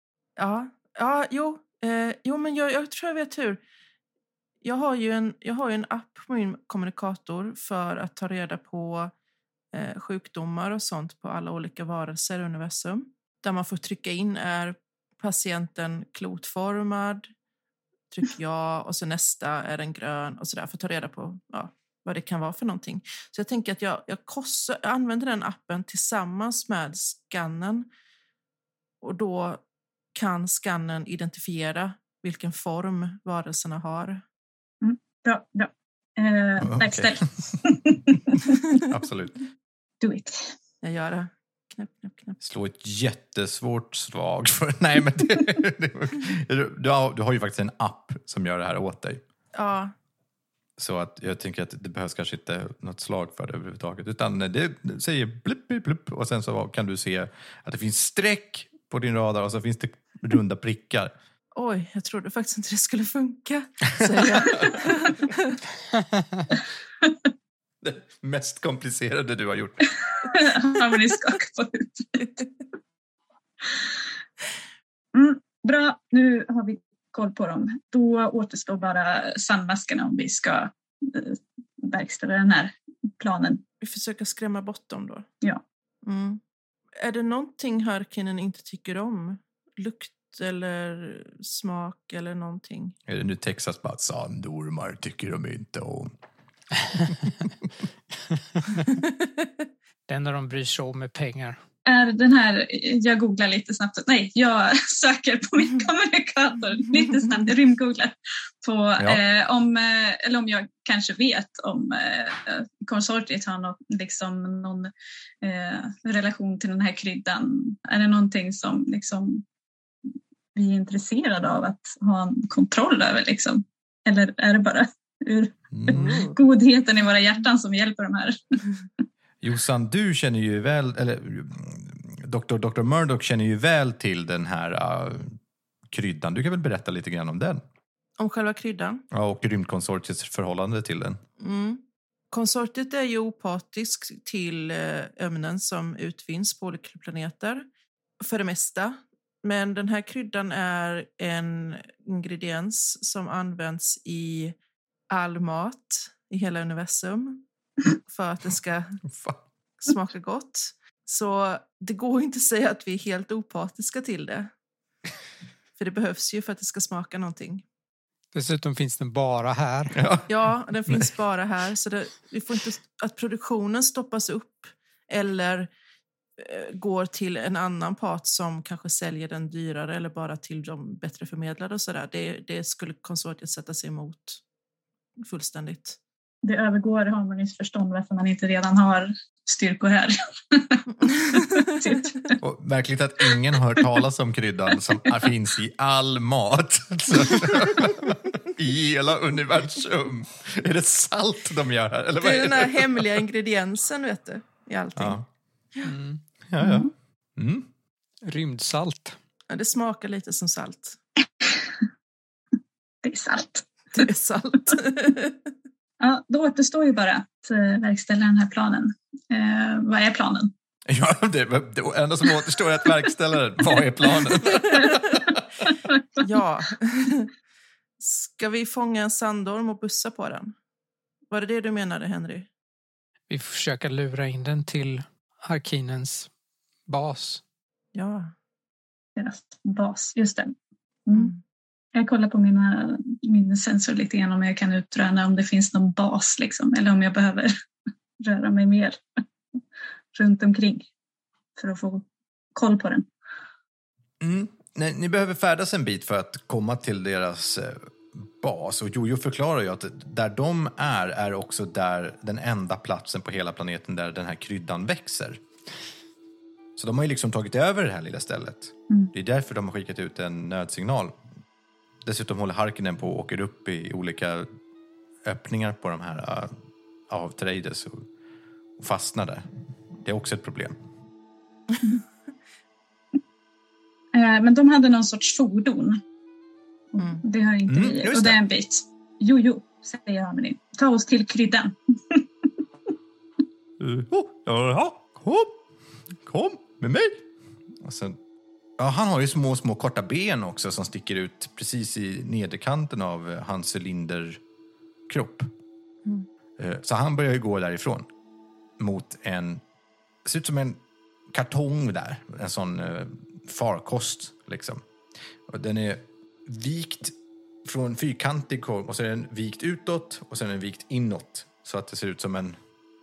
Jo, men jag tror jag vet hur. Jag har ju en app på min kommunikator för att ta reda på sjukdomar och sånt på alla olika varelser i universum. Där man får trycka in, är patienten klotformad? Trycker jag, och så nästa är den grön och sådär, för att ta reda på vad det kan vara för någonting. Så jag tänker att jag använder den appen tillsammans med skannen, och då kan skannen identifiera vilken form varelserna har. Bra. Verkställ. Absolut. Do it. Jag gör det. Knäpp. Slå ett jättesvårt slag för... Nej, men du har ju faktiskt en app som gör det här åt dig. Ja. Så att jag tänker att det behövs kanske inte något slag för det överhuvudtaget. Utan det säger blipp, blipp, blipp. Och sen så kan du se att det finns streck på din radar och så finns det runda prickar. Oj, jag trodde faktiskt inte det skulle funka, säger jag. Det mest komplicerade du har gjort. Ja, men ni skakar på huvudet. Bra, nu har vi koll på dem. Då återstår bara sandmaskerna om vi ska verkställa den här planen. Vi försöker skrämma bort dem då. Ja. Är det någonting Harkonnen inte tycker om? Lukt eller smak eller någonting? Är det nu Texas bara, sandormar tycker de inte om? Det enda de bryr sig om är pengar. Är den här, jag googlar lite snabbt. Nej, jag söker på min kommunikator lite snabbt, rymdgooglar på om jag kanske vet om konsortiet har någon relation till den här kryddan. Är det någonting som liksom vi är intresserade av att ha en kontroll över liksom? Eller är det bara godheten i våra hjärtan som hjälper de här? Jossan, du känner ju väl, eller Dr. Murdoch känner ju väl till den här kryddan. Du kan väl berätta lite grann om den? Om själva kryddan? Ja, och rymdkonsortiets förhållande till den. Konsortiet är ju opartiskt till ämnen som utvinns på olika planeter. För det mesta. Men den här kryddan är en ingrediens som används i all mat i hela universum. För att det ska smaka gott. Så det går inte att säga att vi är helt opartiska till det. För det behövs ju för att det ska smaka någonting. Dessutom finns den bara här. Ja, den finns bara här. Så vi får inte att produktionen stoppas upp. Eller går till en annan part som kanske säljer den dyrare. Eller bara till de bättre förmedlare och sådär. Det skulle konsortiet sätta sig emot fullständigt. Det övergår Harmonys förstånd varför man inte redan har styrkor här. Och verkligen att ingen har hört talas om kryddan som finns i all mat. I hela universum. Är det salt de gör här? Eller vad det är den här hemliga ingrediensen, vet du, i allting. Ja. Rymdsalt. Ja, det smakar lite som salt. Det är salt. Det är salt. Ja, då återstår ju bara att verkställa den här planen. Vad är planen? Ja, det enda som återstår är att verkställa den. Vad är planen? Ja. Ska vi fånga en sandorm och bussa på den? Var det du menade, Henry? Vi får försöka lura in den till Harkonnens bas. Ja. Deras bas, just det. Jag kollar på min sensor lite grann om jag kan utröna om det finns någon bas liksom, eller om jag behöver röra mig mer runt omkring för att få koll på den. Nej, ni behöver färdas en bit för att komma till deras bas. Och Jojo förklarar ju att där de är också där den enda platsen på hela planeten där den här kryddan växer. Så de har ju liksom tagit över det här lilla stället. Det är därför de har skickat ut en nödsignal. dessutom håller Harkonnen på och åker upp i olika öppningar på de här av Atreides och fastnar där. Det är också ett problem. Men de hade någon sorts fordon. Det har inte vi. Och det är en bit. Jo, säger Harmony. Ta oss till kryddan. Kom med mig. Och sen, han har ju små korta ben också som sticker ut precis i nederkanten av hans cylinderkropp. Så han börjar ju gå därifrån mot det ser ut som en kartong där, en sån farkost liksom. Och den är vikt från fyrkantig och så är den vikt utåt och sen är den vikt inåt så att det ser ut som en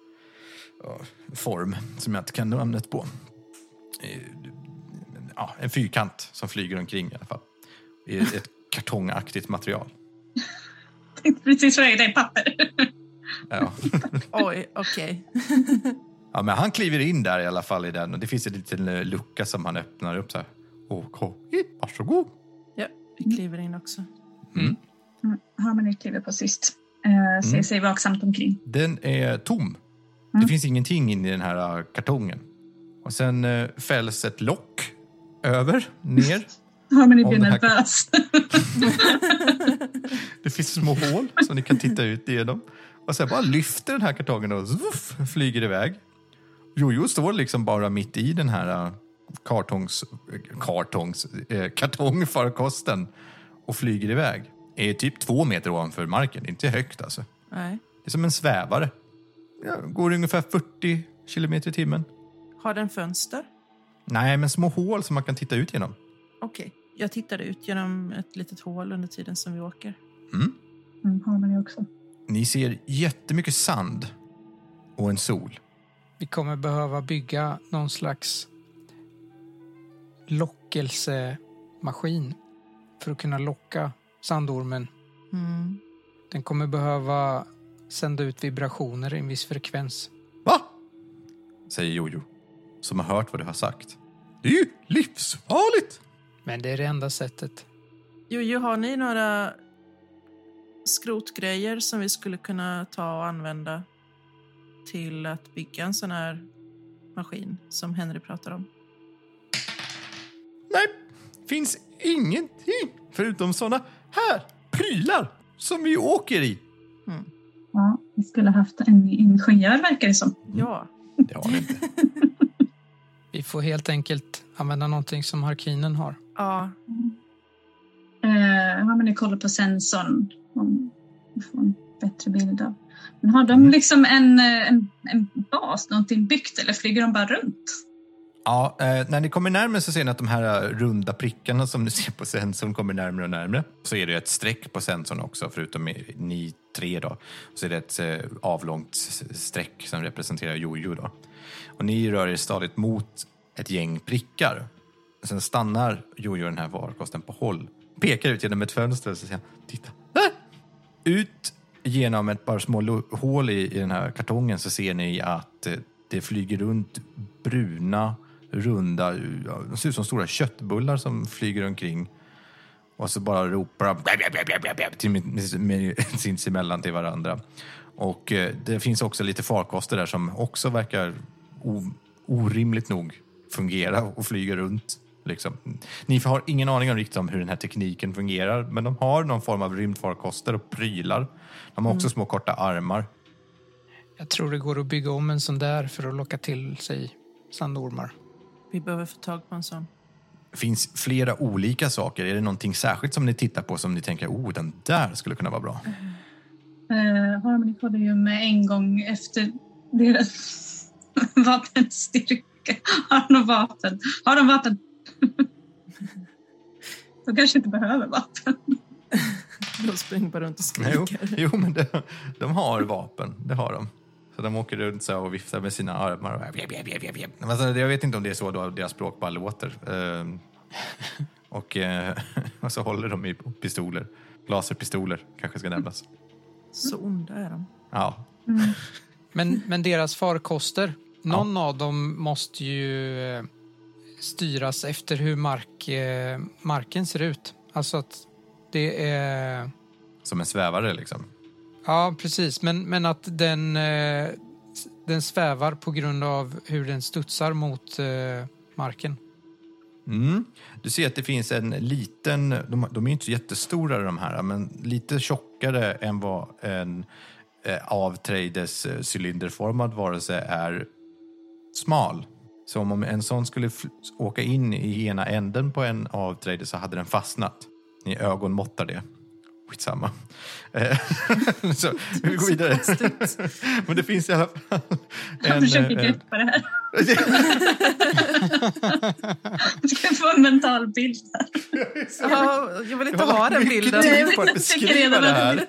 form som jag inte kan namnet på. En fyrkant som flyger omkring i alla fall. I ett kartongaktigt material. Precis vad det är papper. Ja. Oj, okej. Ja, men han kliver in där i alla fall i den och det finns en liten lucka som han öppnar upp så här. Varsågod. Ja, vi kliver in också. Harmony kliver på sist. Ser sig vaksamt omkring. Den är tom. Det finns ingenting in i den här kartongen. Och sen fälls ett lock ner. Harmony blir nervös. Det finns små hål som ni kan titta ut igenom. Och sen bara lyfter den här kartongen och flyger iväg. Jojo står liksom bara mitt i den här kartongfarkosten och flyger iväg. Är typ 2 meter ovanför marken. Inte högt alltså. Nej. Det är som en svävare. Går ungefär 40 kilometer i timmen. Har den fönster? Nej, men små hål som man kan titta ut genom. Okej. Jag tittade ut genom ett litet hål under tiden som vi åker. Harmony också. Ni ser jättemycket sand och en sol. Vi kommer behöva bygga någon slags lockelsemaskin för att kunna locka sandormen. Den kommer behöva sända ut vibrationer i en viss frekvens. Va? Säger Jojo, som har hört vad du har sagt. Det är ju livsfarligt! Men det är det enda sättet. Jojo, har ni några skrotgrejer som vi skulle kunna ta och använda till att bygga en sån här maskin som Henry pratar om? Nej, finns ingenting förutom såna här prylar som vi åker i. Ja, vi skulle haft en ingenjör verkar det som. Ja. Det har vi inte. Vi får helt enkelt använda någonting som Harkonnen har. Ja. Har man kollar på sensorn om vi får en bättre bild av. Men har de liksom en bas, någonting byggt eller flyger de bara runt? Ja, när ni kommer närmare så ser ni att de här runda prickarna som ni ser på sensorn kommer närmare och närmare. Så är det ett streck på sensorn också, förutom ni 3 då. Så är det ett avlångt streck som representerar Jojo då. Och ni rör er stadigt mot ett gäng prickar. Sen stannar Jojo den här farkosten på håll. Pekar ut genom ett fönster och så säger titta. Ut genom ett par små hål i den här kartongen så ser ni att det flyger runt bruna, runda, det ser ut som stora köttbullar som flyger omkring. Och så bara ropar de sinsemellan till varandra. Och det finns också lite farkoster där som också verkar orimligt nog fungera och flyga runt. Liksom. Ni har ingen aning om riktigt om hur den här tekniken fungerar, men de har någon form av rymdfarkoster och prylar. De har också små korta armar. Jag tror det går att bygga om en sån där för att locka till sig sandormar. Vi behöver få tag på en sån. Det finns flera olika saker. Är det någonting särskilt som ni tittar på som ni tänker, den där skulle kunna vara bra? Harmony kollar ju med en gång efter deras vapenstyrka. Har de vapen? De kanske inte behöver vapen. De springer bara runt och skriker. Jo, men de har vapen. Det har de. Så de åker runt så och viftar med sina armar. Alltså, jag vet inte om det är så då deras språk bara låter. Och så håller de i pistoler. Laserpistoler kanske ska nämnas. Så onda är de. Ja. Men deras farkoster, någon av dem måste ju styras efter hur marken ser ut. Alltså att Det är... Som en svävare liksom. Ja, precis. Men att den svävar på grund av hur den studsar mot marken. Du ser att det finns en liten... De är inte så jättestora de här, men lite tjockare än vad en Avtreides cylinderformad varelse är smal. Så om en sån skulle åka in i ena änden på en Avtreides så hade den fastnat. Ni ögonmåttar det. Skitsamma. Så vi går vidare. Men det finns i alla fall Jag försöker greppa det här. Jag ska få en mental bild här. Ja, jag vill inte ha den bilden. Jag får beskriva det här.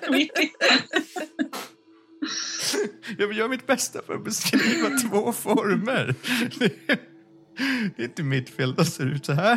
Jag gör mitt bästa för att beskriva 2 former. Det är inte mitt fel, det ser ut så här.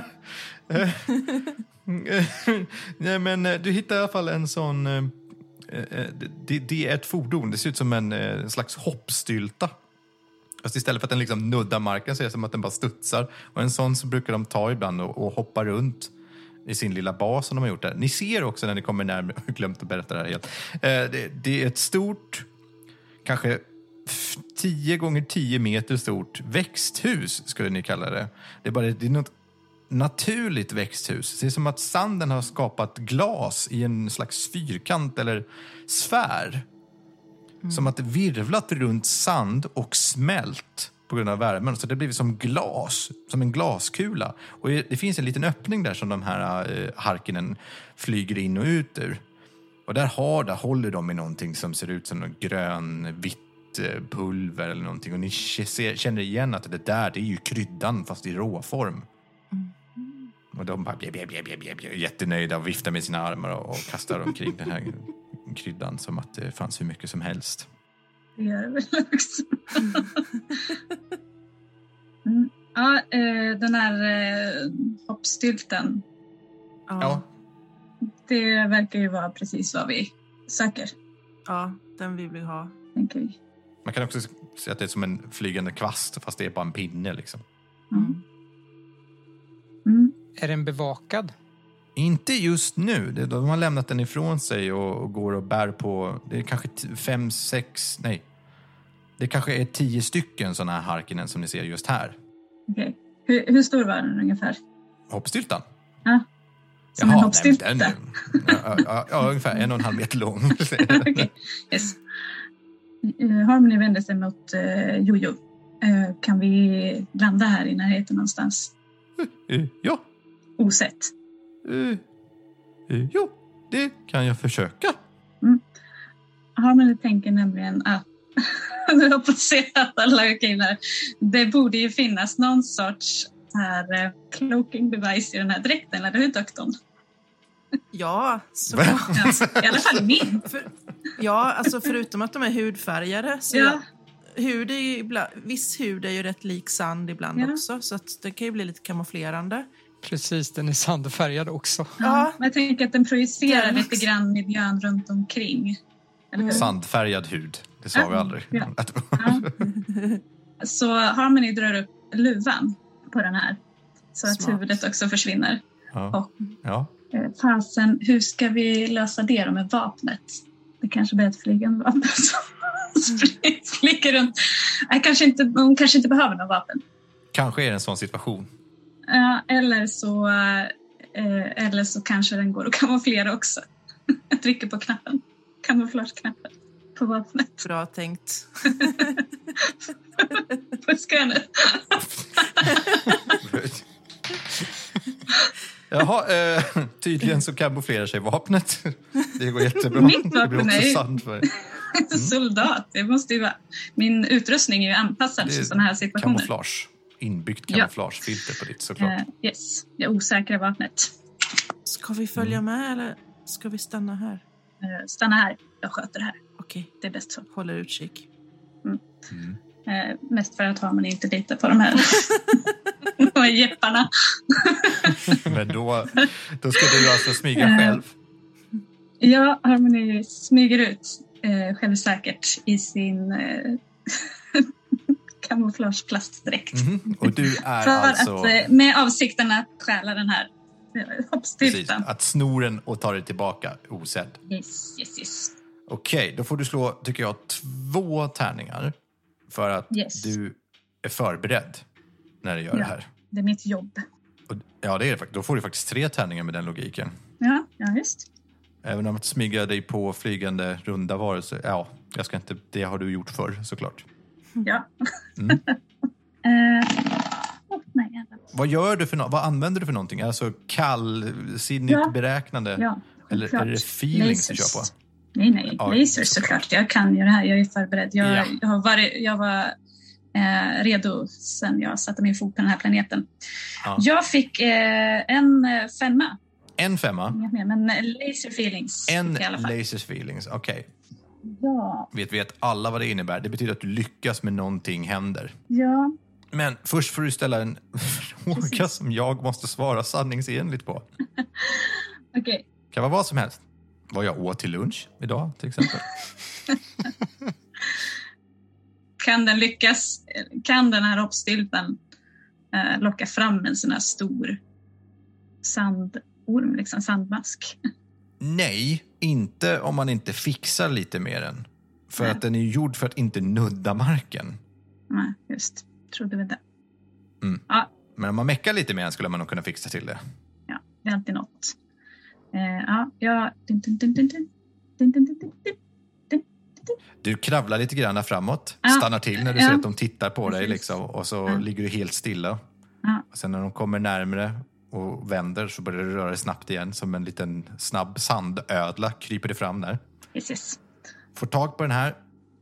Nej, men du hittar i alla fall en sån... Det är ett fordon. Det ser ut som en slags hoppstylta. Fast istället för att den liksom nuddar marken så är det som att den bara studsar. Och en sån så brukar de ta ibland och hoppa runt i sin lilla bas som de har gjort där. Ni ser också när ni kommer närmare, jag har glömt att berätta det här helt. Det är ett stort, kanske 10 gånger 10 meter stort växthus skulle ni kalla det. Det är något naturligt växthus. Det är som att sanden har skapat glas i en slags fyrkant eller sfär. Som att det virvlat runt sand och smält på grund av värmen. Så det blir som glas, som en glaskula. Och det finns en liten öppning där som de här harkinen flyger in och ut ur. Och där håller de i någonting som ser ut som något vitt pulver eller någonting. Och ni känner igen att det är ju kryddan fast i råform. Och de bara jättenöjda och viftar med sina armar och kastar omkring den här kryddan som att det fanns hur mycket som helst. Det gör det väl också. Ja, den här hoppstylten. Ja. Det verkar ju vara precis vad vi söker. Ja, den vi vill ha. Tänker vi. Man kan också säga att det är som en flygande kvast fast det är bara en pinne liksom. Är den bevakad? Inte just nu. De har lämnat den ifrån sig och går och bär på... Det är kanske 5, 6... Nej. Det kanske är 10 stycken sådana här harkinen som ni ser just här. Okej. Hur stor var den ungefär? Hoppstyltan? Ja. Som en hoppstylta? Ja, ungefär 1,5 meter lång. Okej. Yes. Harmony vänder sig mot Jojo. Kan vi landa här i närheten någonstans? Ja. Osett. Jo, det kan jag försöka. Harmony tänker nämligen att jag hoppas att alla är okej där. Det borde ju finnas någon sorts här cloaking device i den här dräkten, eller hur doktorn? Ja, så. I alla fall min. Ja, alltså förutom att de är hudfärgade så Ja. Hud är ju viss hud är ju rätt lik sand ibland också, så att det kan ju bli lite kamouflerande. Precis, den är sandfärgad också. Ja. Jag tänker att den projicerar lite grann miljön runt omkring. Sandfärgad hud, det sa vi aldrig. Ja. Så Harmony drar upp luvan på den här. Så att huvudet också försvinner. Ja. Fasen, hur ska vi lösa det då med vapnet? Det kanske blir ett flygande vapen som flyger runt. Hon kanske inte behöver någon vapen. Kanske är det en sån situation. Eller så kanske den går att kamouflera också. Jag trycker på knappen. Kamouflageknappen på vapnet. Bra tänkt. Puskar jag nu. Jaha, tydligen så kamouflerar sig vapnet. Det går jättebra. Mitt vapen det blir också är sand för soldat. Det måste ju vara. Min utrustning är ju anpassad till sådana här situationer. Kamouflage. Inbyggt kamouflagefilter på ditt såklart. Yes, det osäkra vapnet. Ska vi följa med eller ska vi stanna här? Stanna här. Jag sköter det här. Okej. Det är bäst så. Håller utkik. Mest för att Harmony inte litar på de här jepparna. Men då ska du alltså smyga själv. Ja, Harmony smyger ut självsäkert i sin kamouflageplastdräkt. Och du är för alltså... att, med avsikten att stjäla den här hoppstylten. Precis, att snoren och ta det tillbaka osedd. Yes. Okej, då får du slå, tycker jag, 2 tärningar för att du är förberedd när du gör det här. Det är mitt jobb. Och, ja, det är det faktiskt. Då får du faktiskt 3 tärningar med den logiken. Ja, just. Även om att smyga dig på flygande runda varelser. Ja, det har du gjort förr, såklart. Ja. Nej, vad gör du vad använder du för någonting? Alltså kallsinnigt beräknande? Ja, eller är det feelings du kör på? Nej. Ja, Lasers såklart. Jag kan ju det här. Jag är förberedd. Jag var redo sen jag satte min fot på den här planeten. Ja. Jag fick en 5. En 5? Inget mer, men laser feelings. En i alla fall. laser feelings, okej. Ja. Vet alla vad det innebär. Det betyder att du lyckas med någonting händer. Ja. Men först får du ställa en fråga som jag måste svara sanningsenligt på. Okej. Kan vara vad som helst. Vad jag åt till lunch idag, till exempel. Kan den här hoppstylten locka fram en sån här stor sandorm, liksom sandmask? Nej, inte om man inte fixar lite mer den. För att den är gjord för att inte nudda marken. Nej, just. Trodde vi det. Ja. Men om man meckar lite mer skulle man nog kunna fixa till det. Ja, det är alltid något. Du kravlar lite grann framåt. Stannar till när du ser att de tittar på dig. Liksom, och så ligger du helt stilla. Och sen när de kommer närmare och vänder så börjar du röra dig snabbt igen. Som en liten snabb sandödla kryper det fram där. Yes. Får tag på den här.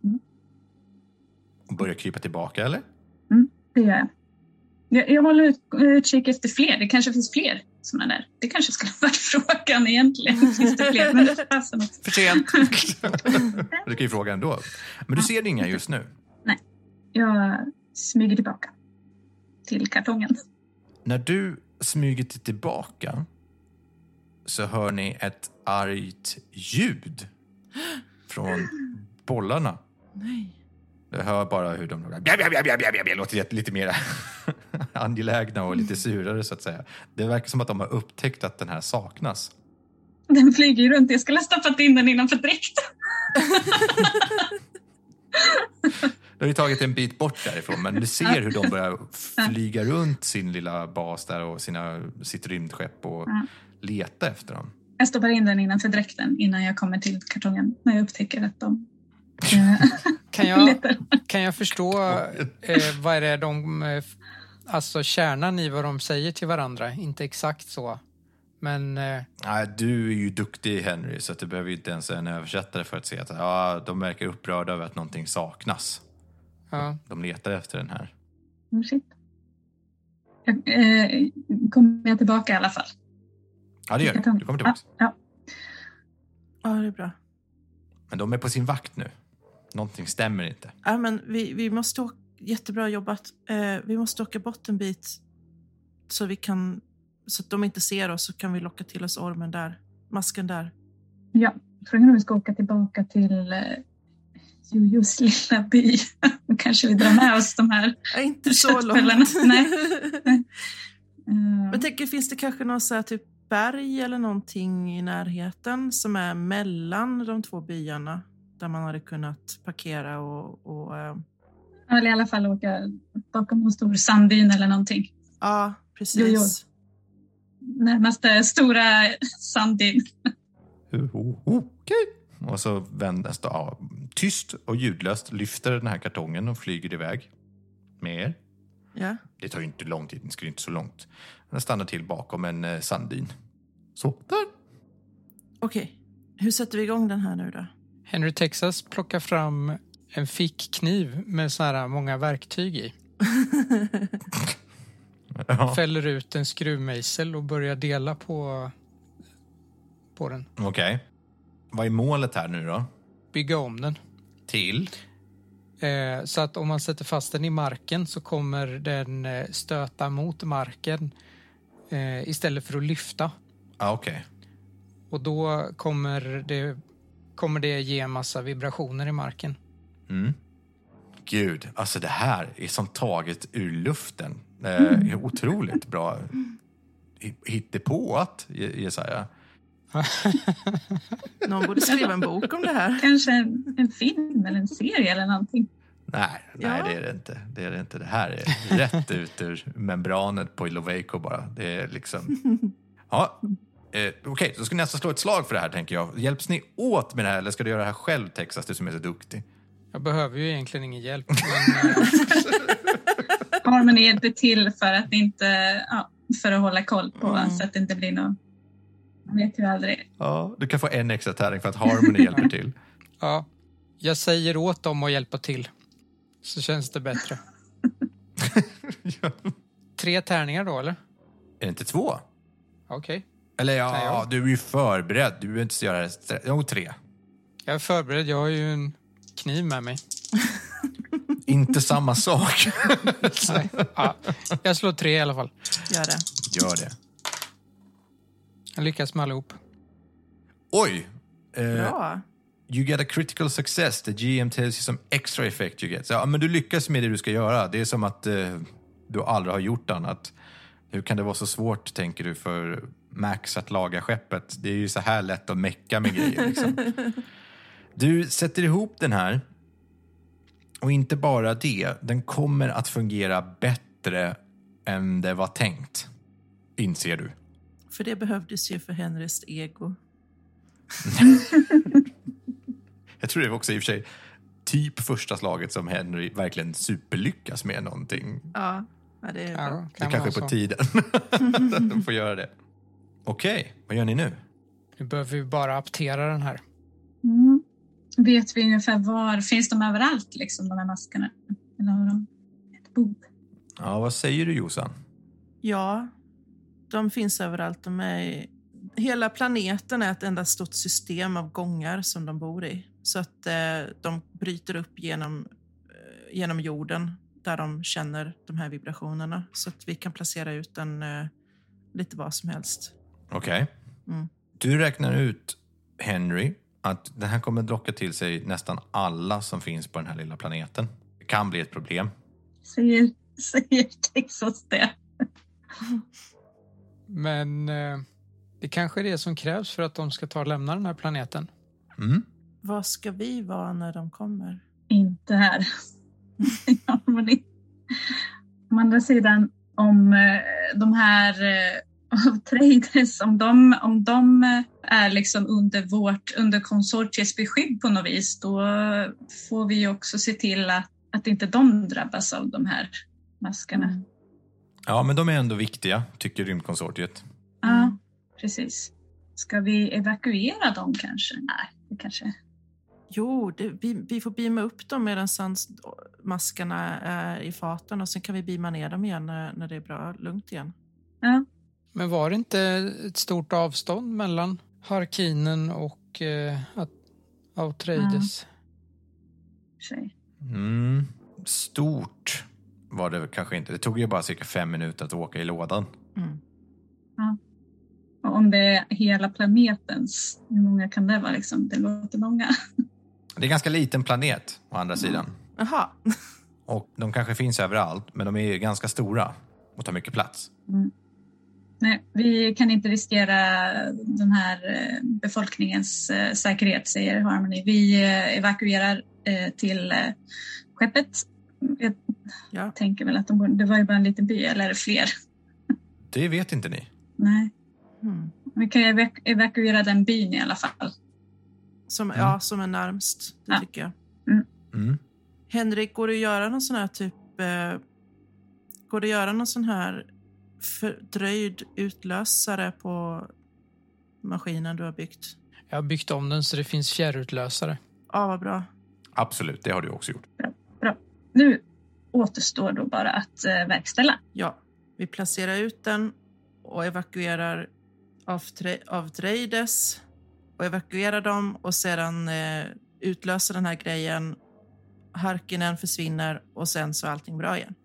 Och börjar krypa tillbaka, eller? Det gör jag. Jag håller utkik efter fler. Det kanske finns fler sådana där. Det kanske skulle vara frågan egentligen. Finns det fler? Men det passar något. För sent. Du kan ju fråga ändå. Men du ser inga just nu? Nej. Jag smyger tillbaka till kartongen. När du smyger tillbaka så hör ni ett argt ljud från bollarna. Nej. Du hör bara hur de låter lite mer angelägna och lite surare så att säga. Det verkar som att de har upptäckt att den här saknas. Den flyger ju runt. Jag skulle ha stoppat in den innanför dräkten. Du har ju tagit en bit bort därifrån, men du ser hur de börjar flyga runt sin lilla bas där och sitt rymdskepp och leta efter dem. Jag stoppar in den innanför dräkten innan jag kommer till kartongen. När jag upptäcker att de... Kan jag förstå vad är det alltså kärnan i vad de säger till varandra? Inte exakt så, men... Nej, du är ju duktig, Henry, så att du behöver inte ens en översättare för att se att de verkar upprörda över att någonting saknas. Ja. De letar efter den här. Shit. Kommer jag tillbaka i alla fall? Ja, det gör du. Du kommer tillbaka. Ja, det är bra. Men de är på sin vakt nu. Någonting stämmer inte. Ja, men vi måste åka, jättebra jobbat. Vi måste åka bort en bit så att de inte ser oss, så kan vi locka till oss ormen där. Masken där. Ja, frågan om vi ska åka tillbaka till Jojos lilla by. Kanske vi drar med oss de här. Inte så långt. Nej. Men tänker, finns det kanske någon så här typ berg eller någonting i närheten som är mellan de 2 byarna där man hade kunnat parkera och eller i alla fall åka bakom en stor sanddyn eller någonting. Ja, precis. Närmaste stora sanddyn. Okej. Och så vändas då, tyst och ljudlöst lyfter den här kartongen och flyger iväg med er. Ja. Det tar ju inte lång tid, det skulle inte så långt. Den stannar till bakom en sanddyn. Så, där. Okej. Hur sätter vi igång den här nu då? Henry Texas plockar fram en fickkniv med så här många verktyg i. Fäller ut en skruvmejsel och börjar dela på den. Okej. Vad är målet här nu då? Bygga om den. Till? Så att om man sätter fast den i marken så kommer den stöta mot marken istället för att lyfta. Okej. Och då kommer det ge en massa vibrationer i marken. Gud, alltså det här är som taget ur luften. Otroligt bra hittepå att Jesaja. Någon borde skriva en bok om det här. Kanske en film eller en serie eller någonting. Nej, det är det inte. Det är det inte. Det här är rätt ut ur membranet på Ilovaco bara. Det är liksom... Ja, okej, då ska ni nästan slå ett slag för det här, tänker jag. Hjälps ni åt med det här, eller ska du göra det här själv, Texas, du som är så duktig? Jag behöver ju egentligen ingen hjälp. Men, Harmony hjälper till för att inte... Ja, för att hålla koll på så att det inte blir något... Man vet ju aldrig. Ja, du kan få en extra tärning för att Harmony hjälper till. ja, jag säger åt dem att hjälpa till. Så känns det bättre. Ja. 3 tärningar då, eller? Är det inte 2? Okej. Eller Nej, du är ju förberedd. Du behöver inte göra det. Jo, 3. Jag är förberedd. Jag har ju en kniv med mig. Inte samma sak. Nej. Ja, jag slår 3 i alla fall. Gör det. Gör det. Jag lyckas med allihop. Oj! Bra. You get a critical success. The GM tells you some extra effect you get. Så, men du lyckas med det du ska göra. Det är som att du aldrig har gjort annat. Hur kan det vara så svårt, tänker du, för Max att laga skeppet? Det är ju så här lätt att mecka med grejer. Liksom. Du sätter ihop den här. Och inte bara det. Den kommer att fungera bättre än det var tänkt. Inser du. För det behövdes ju för Henrys ego. Jag tror det var också i och för sig typ första slaget som Henry verkligen superlyckas med någonting. Ja det är bra. Ja, Det kanske är på tiden. De får göra det. Okej, vad gör ni nu? Nu behöver vi bara aptera den här. Vet vi ungefär var? Finns de överallt, liksom, de här maskerna? Eller har de ett bord? Ja, vad säger du, Jossan? Ja, de finns överallt. Hela planeten är ett enda stort system av gångar som de bor i. Så att de bryter upp genom jorden där de känner de här vibrationerna. Så att vi kan placera ut den lite vad som helst. Okej. Du räknar ut, Henry, att den här kommer att locka till sig nästan alla som finns på den här lilla planeten. Det kan bli ett problem. Säger Texas det. Men det kanske är det som krävs för att de ska ta och lämna den här planeten. Vad ska vi vara när de kommer? Inte här. Å andra sidan, om de här traders, om de är liksom under konsortiets beskydd på något vis, då får vi också se till att inte de drabbas av de här maskerna. Ja, men de är ändå viktiga, tycker rymdkonsortiet. Ja, precis. Ska vi evakuera dem kanske? Nej, det kanske... Jo, vi får beama upp dem medan maskarna är i faten och sen kan vi beama ner dem igen när det är bra, lugnt igen. Ja. Men var det inte ett stort avstånd mellan Harkinen och Outreides? Stort var det kanske inte. Det tog ju bara cirka 5 minuter att åka i lådan. Ja. Och om det är hela planetens, hur många kan det vara liksom? Det låter många. Det är ganska liten planet, å andra sidan. Jaha. Och de kanske finns överallt, men de är ganska stora och tar mycket plats. Nej, vi kan inte riskera den här befolkningens säkerhet, säger Harmony. Vi evakuerar till skeppet. Jag tänker väl att det var ju bara en liten by, eller är det fler? Det vet inte ni. Nej. Vi kan evakuera den byn i alla fall. Som är närmst, det tycker jag. Henrik, går det att göra någon sån här går det att göra någon sån här fördröjd utlösare på maskinen du har byggt? Jag har byggt om den så det finns fjärrutlösare. Ja, vad bra. Absolut, det har du också gjort. Bra. Nu återstår då bara att verkställa. Ja, vi placerar ut den och evakuerar Outreides och evakuerar dem och sedan utlöser den här grejen. Harkinen försvinner och sen så är allting bra igen.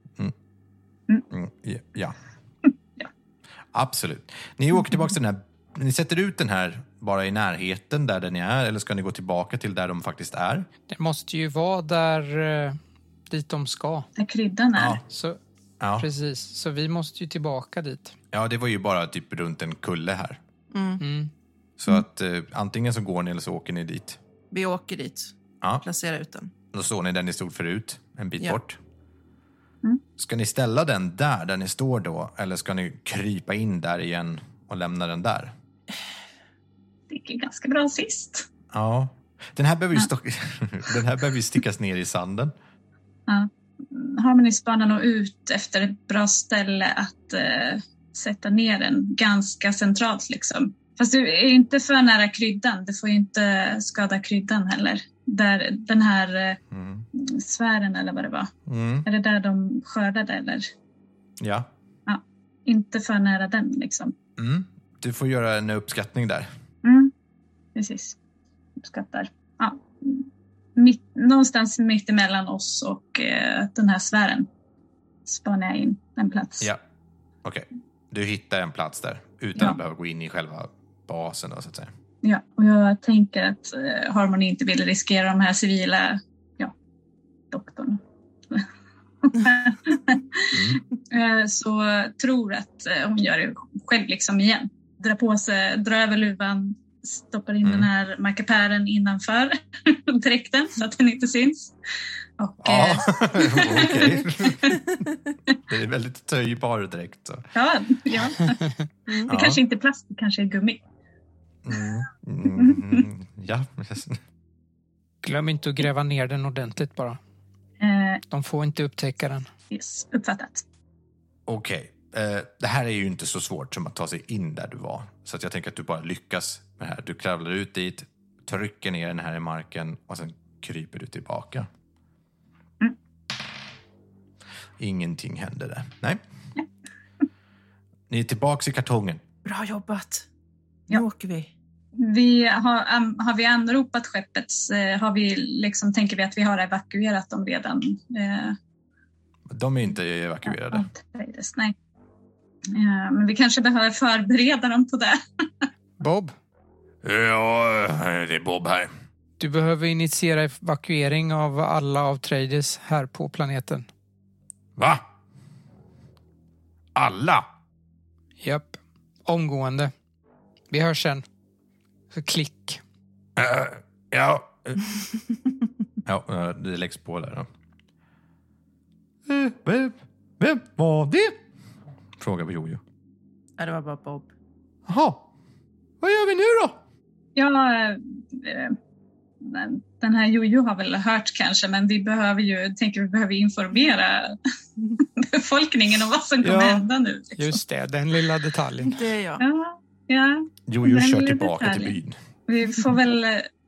Ja. Absolut. Ni åker tillbaka till den här. Ni sätter ut den här bara i närheten där ni är, eller ska ni gå tillbaka till där de faktiskt är? Det måste ju vara dit de ska. Där kryddan är. Så Ja. Precis, så vi måste ju tillbaka dit. Ja, det var ju bara typ runt en kulle här. Mm. Så att antingen så går ni eller så åker ni dit. Vi åker dit. Ja. Placera ut den. Då står ni där ni stod förut, en bit Ja. bort. Ska ni ställa den där ni står då? Eller ska ni krypa in där igen och lämna den där? Det gick ju ganska bra sist. Ja. Den här behöver ju den här behöver ju stickas ner i sanden. Ja. Harmony spanar nog ut efter ett bra ställe att sätta ner den ganska centralt liksom. Fast du är inte för nära kryddan. Du får ju inte skada kryddan heller. Där den här sfären eller vad det var. Är det där de skördade eller? Ja. Ja. Inte för nära den liksom. Du får göra en uppskattning där. Precis. Uppskattar. Ja. Någonstans mitt emellan oss och den här sfären spanar jag in en plats. Ja, okej. Du hittar en plats där utan att behöva gå in i själva basen då, så att säga. Ja, och jag tänker att Harmony inte vill riskera de här civila doktorn. Så tror att hon gör det själv liksom igen. Drar på sig, drar över luvan, stoppar in den här mackapären innanför dräkten så att den inte syns. Och, ja, okej. Det är väldigt töjbar dräkt. Så. Ja. Det kanske inte är plast, det kanske är gummi. Ja. Glöm inte att gräva ner den ordentligt bara. De får inte upptäcka den. Yes, uppfattat. Okej. Det här är ju inte så svårt som att ta sig in där du var. Så att jag tänker att du bara lyckas med det här. Du kravlar ut dit, trycker ner den här i marken och sen kryper du tillbaka. Ingenting händer där. Nej. Ni är tillbaka i kartongen. Bra jobbat. Nu åker vi. Har vi anropat skeppet? Har vi liksom, tänker vi att vi har evakuerat dem redan? De är inte evakuerade. Nej. Men vi kanske behöver förbereda dem på det. Bob? Ja, det är Bob här. Du behöver initiera evakuering av alla av Atreides här på planeten. Va? Alla? Japp. Omgående. Vi hörs sen. Så klick. Ja. Ja, det läggs på där då. Vem var det? Frågar vi Jojo. Ja, det var bara Bob. Jaha. Vad gör vi nu då? Ja, den här Jojo har väl hört kanske, men vi behöver informera befolkningen om vad som kommer hända nu. Liksom. Just det, den lilla detaljen. Det är jag. Ja. Jojo kör tillbaka till byn. Vi får väl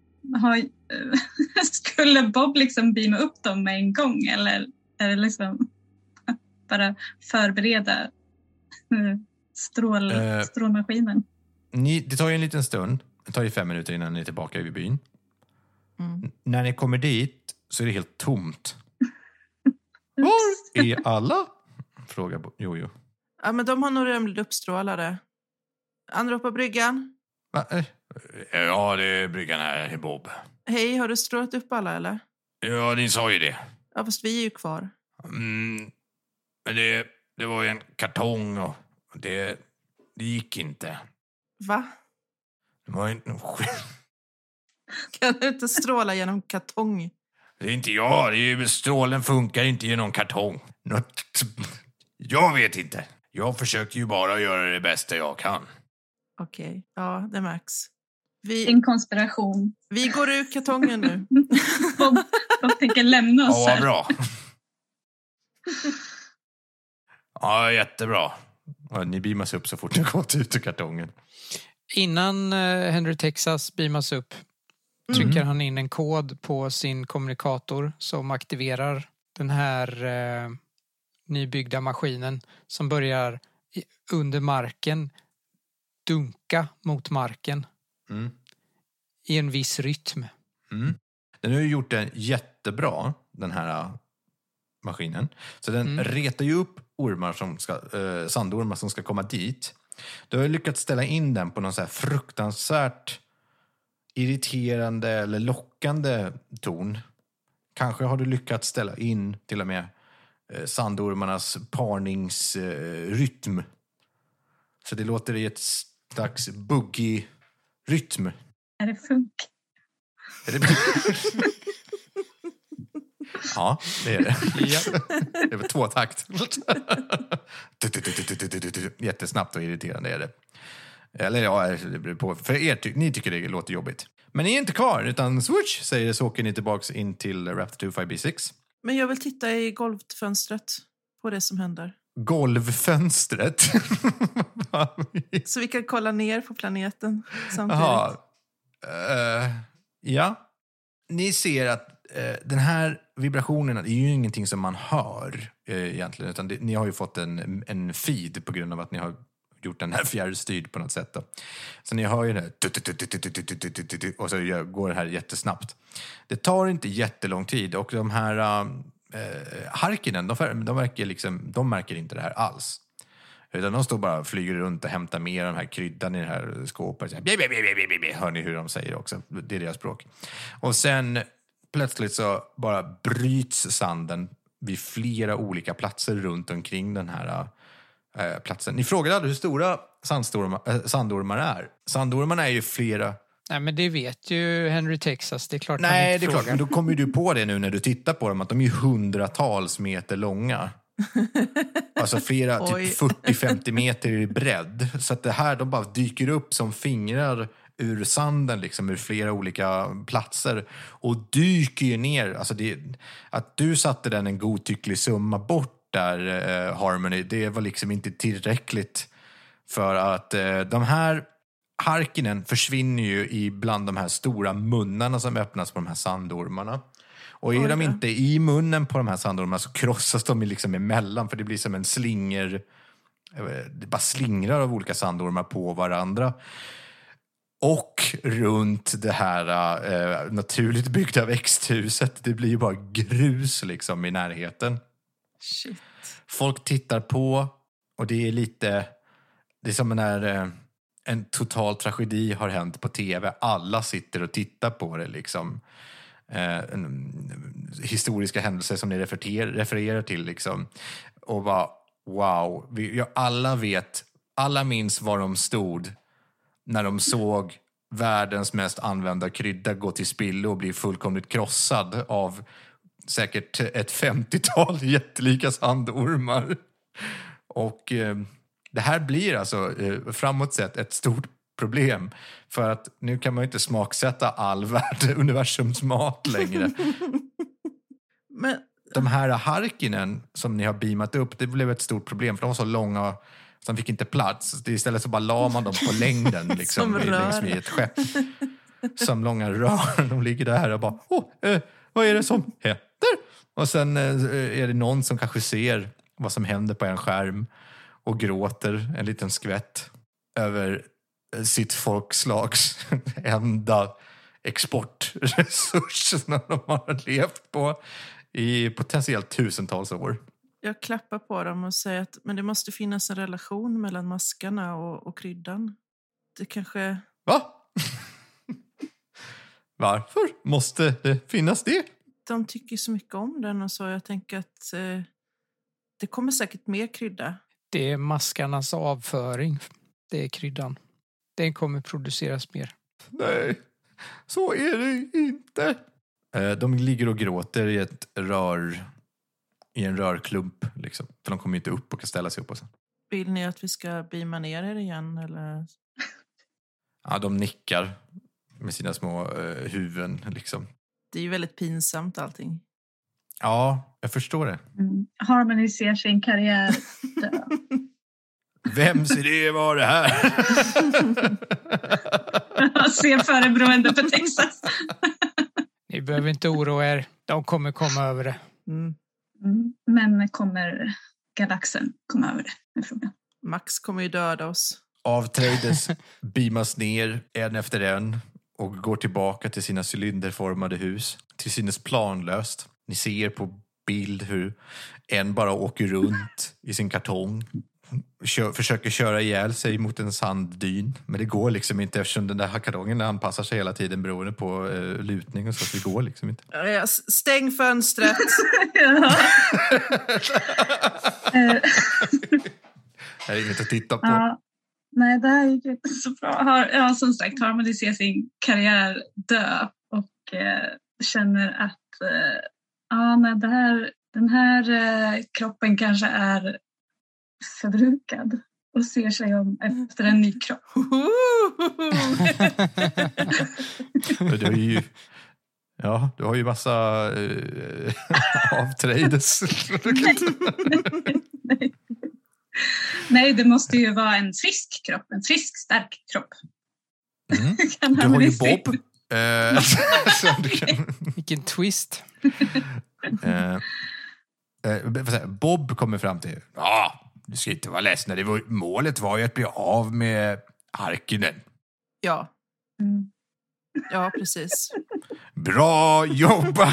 skulle Bob liksom beama upp dem med en gång, eller är det liksom bara förbereda strålmaskinen? Det tar ju en liten stund. Det tar ju 5 minuter innan ni är tillbaka i byn. När ni kommer dit så är det helt tomt. Var är alla? Frågar Jojo. Ja, men de har nog redan blivit uppstrålade. Anropa bryggan. Va? Ja, det är bryggan här, Bob. Hej, har du strålat upp alla eller? Ja, ni sa ju det. Ja, fast vi är ju kvar. Men det var ju en kartong och det gick inte. Va? Det var inte Kan du inte stråla genom kartong? Det är inte jag. Strålen funkar inte genom kartong. Jag vet inte. Jag försöker ju bara göra det bästa jag kan. Okej, ja, det märks. En konspiration. Vi går ur kartongen nu. Bob tänker lämna oss här. Ja, bra. Ja, jättebra. Ja, ni beamas upp så fort ni gått ut ur kartongen. Innan Henry Texas beamas upp trycker han in en kod på sin kommunikator som aktiverar den här nybyggda maskinen som börjar under marken dunka mot marken i en viss rytm. Den har ju gjort det jättebra, den här maskinen. Så den retar ju upp sandormar som ska komma dit. Du har ju lyckats ställa in den på någon så här fruktansvärt irriterande eller lockande ton. Kanske har du lyckats ställa in till och med sandormarnas parningsrytm. Så det låter i ett slags boogie-rytm. Är det funk? Ja, det är det. Ja. Det var 2-takt. Jättesnabbt och irriterande är det. Eller ja, det beror på. För ni tycker det låter jobbigt. Men ni är inte kvar, utan switch, säger så åker ni tillbaka in till Raptor 25B6. Men jag vill titta i golvfönstret på det som händer. Golvfönstret? Så vi kan kolla ner på planeten samtidigt. Jaha. Ja. Ni ser att den här vibrationen är ju ingenting som man hör egentligen. Utan ni har ju fått en feed på grund av att ni har gjort den här fjärrstyrd på något sätt. Då. Så ni hör ju det här och så går det här jättesnabbt. Det tar inte jättelång tid och de här harkinen, de märker inte det här alls. Utan de står bara och flyger runt och hämtar mer av de här kryddan i det här skåpet. Hör ni hur de säger också? Det är deras språk. Och sen plötsligt så bara bryts sanden vid flera olika platser runt omkring den här platsen. Ni frågade aldrig hur stora sandormar är. Sandormarna är ju flera... Nej, men det vet ju Henry Texas. Det är klart. Nej, det är klart. Men då kommer du på det nu när du tittar på dem. Att de är 100-tals meter långa. Alltså flera, typ 40-50 meter i bredd. Så att det här, de bara dyker upp som fingrar ur sanden liksom, ur flera olika platser. Och dyker ju ner. Alltså att du satte den en godtycklig summa bort där, Harmony, det var liksom inte tillräckligt för att de här harkinen försvinner ju i bland de här stora munnarna som öppnas på de här sandormarna. Och är de inte i munnen på de här sandormarna så krossas de liksom emellan, för det blir som en det bara slingrar av olika sandormar på varandra. Och runt det här naturligt byggda växthuset, det blir ju bara grus liksom i närheten. Shit. Folk tittar på och det är som när en total tragedi har hänt på tv. Alla sitter och tittar på det liksom. Historiska händelser som ni refererar till liksom. Och bara, wow. Alla minns var de stod när de såg världens mest använda krydda gå till spillo och bli fullkomligt krossad av säkert ett 50-tal jättelika sandormar. Och det här blir alltså framåt sett ett stort problem. För att nu kan man ju inte smaksätta all universums mat längre. Men... De här harkinen som ni har beamat upp, det blev ett stort problem. För de var så långa så de fick inte plats. Istället så bara la man dem på längden liksom, längs med ett skepp. Som långa rör. De ligger där och bara, vad är det som händer? Och sen är det någon som kanske ser vad som händer på en skärm och gråter en liten skvätt över sitt folkslags enda exportresurs som de har levt på i potentiellt tusentals år. Jag klappar på dem och säger att men det måste finnas en relation mellan maskarna och kryddan. Det kanske... Va? Varför måste det finnas det? De tycker så mycket om den och så. Jag tänker att det kommer säkert mer krydda. Det är maskarnas avföring. Det är kryddan. Den kommer produceras mer. Nej, så är det inte. De ligger och gråter i en rörklump liksom. För de kommer inte upp och kan ställa sig upp och så. Vill ni att vi ska beama ner er igen eller? Ja, de nickar med sina små huvuden liksom. Det är ju väldigt pinsamt allting. Ja, jag förstår det. Harmony ser sin karriär dö. Vems idé var det här? Jag ser förebrående på Texas. Ni behöver inte oroa er. De kommer komma över det. Men kommer galaxen komma över det? Är frågan. Max kommer ju döda oss. Avträdes beamas ner en efter en och går tillbaka till sina cylinderformade hus. Till synes planlöst. Ni ser på bild hur en bara åker runt i sin kartong. försöker köra ihjäl sig mot en sanddyn. Men det går liksom inte eftersom den där hakadongen anpassar sig hela tiden beroende på lutning och så. Det går liksom inte. Stäng fönstret. Det är inget att titta på. Ja. Nej, det här gick inte så bra. Som sagt, Harmony ser sin karriär dö och känner att den här kroppen kanske är förbrukad och ser sig om efter en ny kropp. Du har ju massa avträdes. Nej, det måste ju vara en frisk kropp. En frisk, stark kropp. Du har ju Bob. Vilken twist. Bob kommer fram till du ska inte vara ledsen. Målet var ju att bli av med Harkonnen. Ja. Ja, precis. Bra jobba!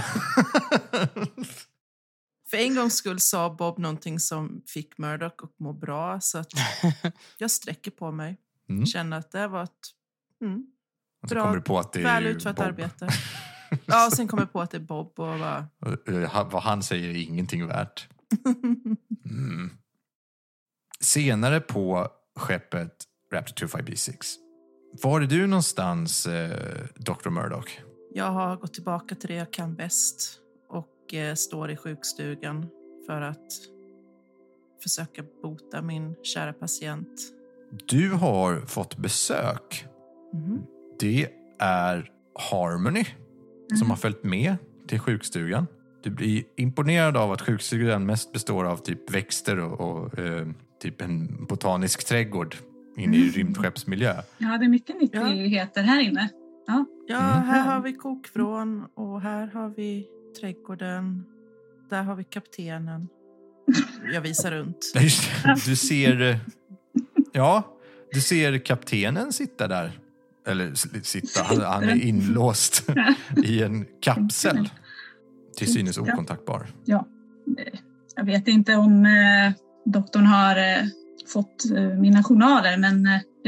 För en gångs skull sa Bob någonting som fick Murdoch att må bra. Så att jag sträcker på mig. Känner att det var ett bra, på att det är väl utfört Bob. Arbete. Ja, och sen kommer jag på att det är Bob. Och vad han säger är ingenting värt. Senare på skeppet Raptor 25B6. Var är du någonstans, Dr. Murdoch? Jag har gått tillbaka till det jag kan bäst. Och står i sjukstugan för att försöka bota min kära patient. Du har fått besök. Det är Harmony som har följt med till sjukstugan. Du blir imponerad av att sjukstugan mest består av typ växter och typ en botanisk trädgård inne i rymdskeppsmiljö. Ja, det är mycket nyttigheter här inne. Ja, här har vi kokvrån och här har vi trädgården. Där har vi kaptenen. Jag visar runt. Du ser kaptenen sitta där. Eller sitta, han är inlåst i en kapsel. Till synes okontaktbar. Ja, jag vet inte om doktorn har fått mina journaler, men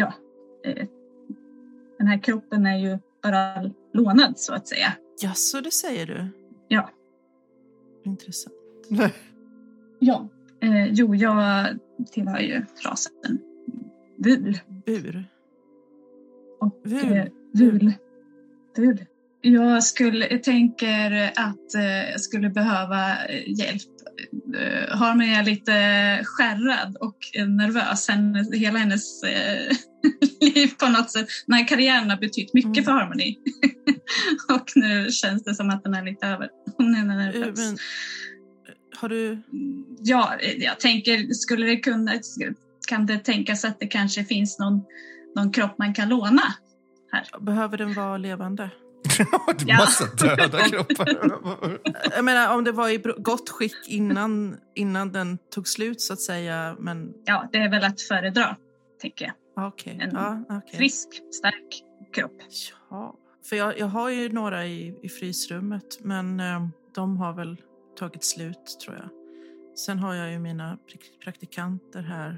den här kroppen är ju bara lånad så att säga. Ja, så det säger du? Ja. Intressant. Ja, jag tillhör ju rasen Vul. Bur? Och Vul. Vul. Jag tänker att jag skulle behöva hjälp. Harmony är lite skärrad och nervös. Hela hennes liv på något sätt. Den här karriären har betytt mycket för Harmony. Och nu känns det som att den är lite över. Hon är nervös. Men, har du... Ja, jag tänker, kan det tänkas att det kanske finns någon kropp man kan låna här? Behöver den vara levande? Det är massa döda kroppar. Jag menar, om det var i gott skick innan den tog slut så att säga. Men... Ja, det är väl att föredra, tänker jag. Okay. Frisk, stark kropp. Ja, för jag har ju några i frysrummet, men de har väl tagit slut, tror jag. Sen har jag ju mina praktikanter här.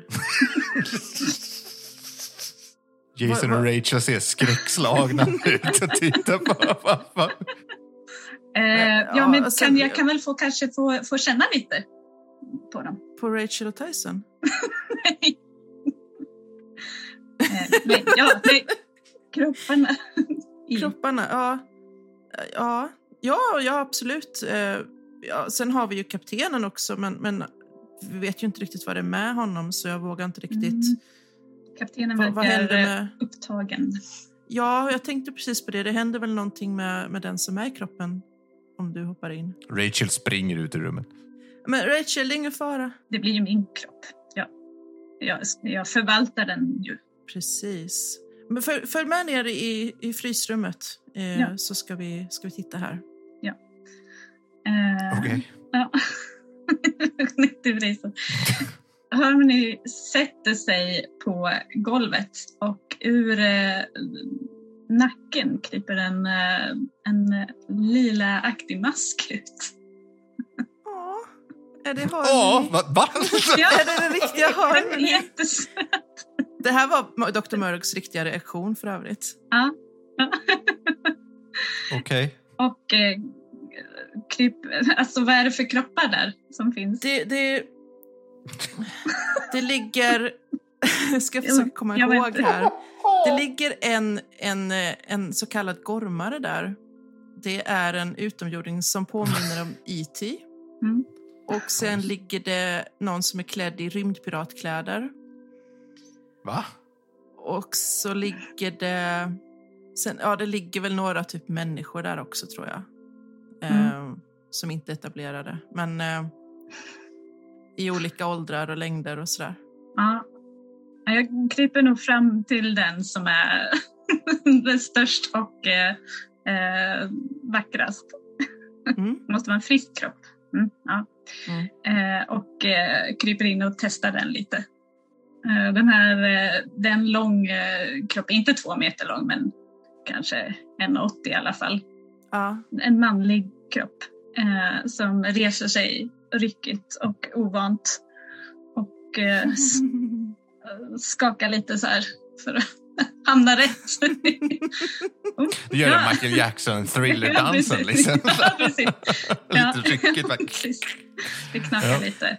Jason och Rachel ser skräckslagna ut och tittar på pappa. Men jag kan väl få känna lite på dem. På Rachel och Tyson? Nej. Kropparna. Kropparna, ja, absolut. Sen har vi ju kaptenen också, men vi vet ju inte riktigt vad det är med honom, så jag vågar inte riktigt... Kaptenen verkar upptagen. Ja, jag tänkte precis på det. Det händer väl någonting med den som är i kroppen om du hoppar in. Rachel springer ut i rummet. Men Rachel, det är ingen fara. Det blir ju min kropp. Jag förvaltar den ju. Precis. Men följ med ner i frysrummet så ska vi titta här. Ja. Okej. Ja. Harmony sätter sig på golvet och ur nacken kryper en lila-aktig mask ut. Är det Harmony? Va? Ja, Är det den riktiga Harmony? jättesöt. Det här var Dr. Murdochs riktiga reaktion för övrigt. Ja. Okej. Och alltså vad är det för kroppar där som finns? Det ligger... Jag ska försöka komma ihåg här. Det ligger en så kallad gormare där. Det är en utomjording som påminner om E.T. Mm. Och sen ligger det någon som är klädd i rymdpiratkläder. Va? Och så ligger det... Sen, det ligger väl några typ människor där också, tror jag. Som inte är etablerade. Men i olika åldrar och längder och sådär. Ja. Jag kryper nog fram till den som är den störst och vackrast. Det måste vara en frisk kropp. Ja. Och kryper in och testar den lite. Den lång kropp, inte 2 meter lång, men kanske 1,80 i alla fall. Ja. En manlig kropp som reser sig ryckigt och ovant och skakar lite så här för att hamna rätt. Du gör en Michael Jackson thriller-dansen liksom. Ja, precis. Lite ryckigt. Precis. Det knackar lite.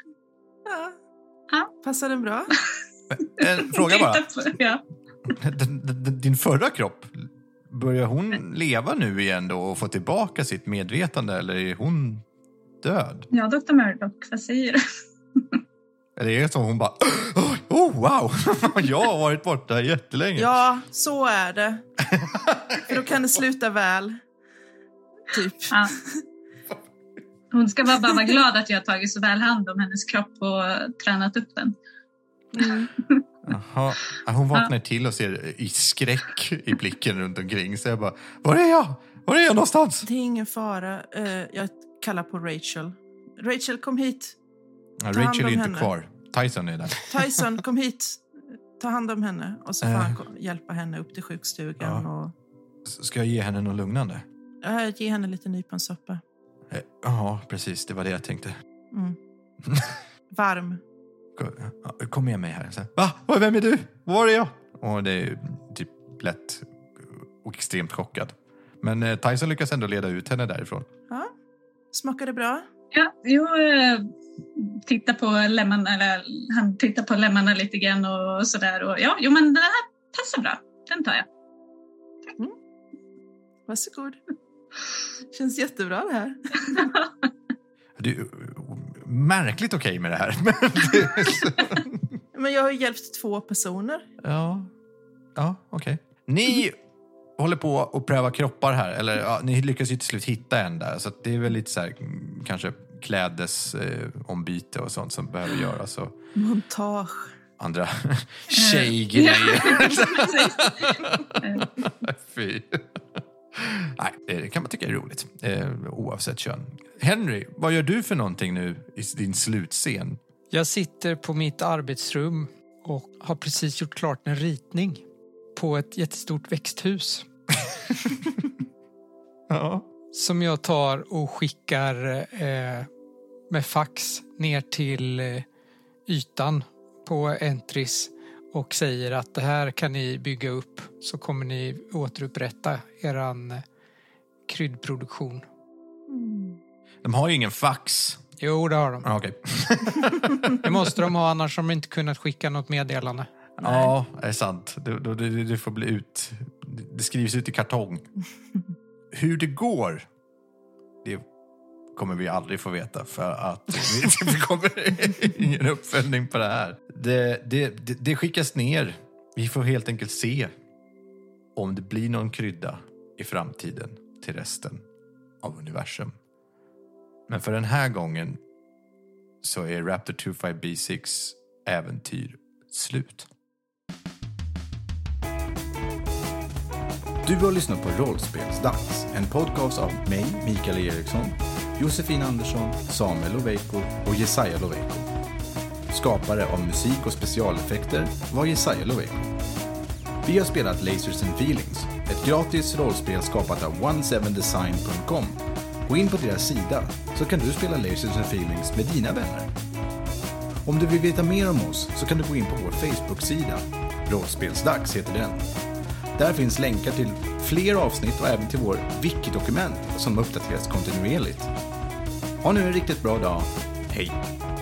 Ja. Passar den bra? Fråga bara. Ja. Din förra kropp, börjar hon leva nu igen då och få tillbaka sitt medvetande, eller är hon död? Ja, Dr. Murdoch, vad säger du? Eller är det som hon bara, wow, jag har varit borta jättelänge. Ja, så är det. För då kan det sluta väl. Typ. Ja. Hon ska bara vara glad att jag har tagit så väl hand om hennes kropp och tränat upp den. Jaha. Hon vaknar till och ser i skräck i blicken runt omkring. Så jag bara, var är jag? Var är jag någonstans? Det är ingen fara. Jag kallar på Rachel. Rachel, kom hit. Ja, Rachel är inte kvar. Tyson är där. Tyson, kom hit. Ta hand om henne. Och så får han hjälpa henne upp till sjukstugan. Ja. Och... Ska jag ge henne något lugnande? Ge henne lite nyponsoppa. Ja, precis. Det var det jag tänkte. Varm. Kom med mig här. Va? Vem är du? Var är jag? Och det är typ lätt och extremt chockad. Men Tyson lyckas ändå leda ut henne därifrån. Ja. Smakar det bra? Ja, tittar på lämmarna, eller han tittar på lämmarna lite grann och sådär. Och ja, men den här passar bra. Den tar jag. Varsågod. Känns jättebra det här. Det är märkligt okej med det här. Men jag har hjälpt 2 personer. Ja, okej. Ni håller på att pröva kroppar här. Eller ni lyckas ju till slut hitta en där. Så det är väl lite så här, kanske klädesombyte och sånt som behöver göras. Och montage. Andra tjejgrejer. Fy. Nej, det kan man tycka är roligt. Oavsett kön. Henry, vad gör du för någonting nu i din slutscen? Jag sitter på mitt arbetsrum och har precis gjort klart en ritning på ett jättestort växthus. Ja. Som jag tar och skickar med fax ner till ytan på Entris och säger att det här kan ni bygga upp, så kommer ni återupprätta eran kryddproduktion. De har ju ingen fax. Jo, det har de. Okej. Det måste de ha, annars har de inte kunnat skicka något meddelande. Ja, det är sant. Det får bli ut. Det skrivs ut i kartong. Hur det går, det kommer vi aldrig få veta, för att det kommer ingen uppföljning på det här. Det skickas ner. Vi får helt enkelt se om det blir någon krydda i framtiden till resten av universum. Men för den här gången så är Raptor 25B6 äventyr slut. Du har lyssnat på Rollspelsdags, en podcast av mig, Mikael Eriksson, Josefin Andersson, Samuel Loveiko och Jesaja Loveiko. Skapare av musik och specialeffekter var Jesaja Loveiko. Vi har spelat Lasers and Feelings, ett gratis rollspel skapat av 17design.com. Gå in på deras sida så kan du spela Lasers and Feelings med dina vänner. Om du vill veta mer om oss så kan du gå in på vår Facebook-sida. Rollspelsdags heter den. Där finns länkar till fler avsnitt och även till vår wiki-dokument som uppdateras kontinuerligt. Ha nu en riktigt bra dag. Hej!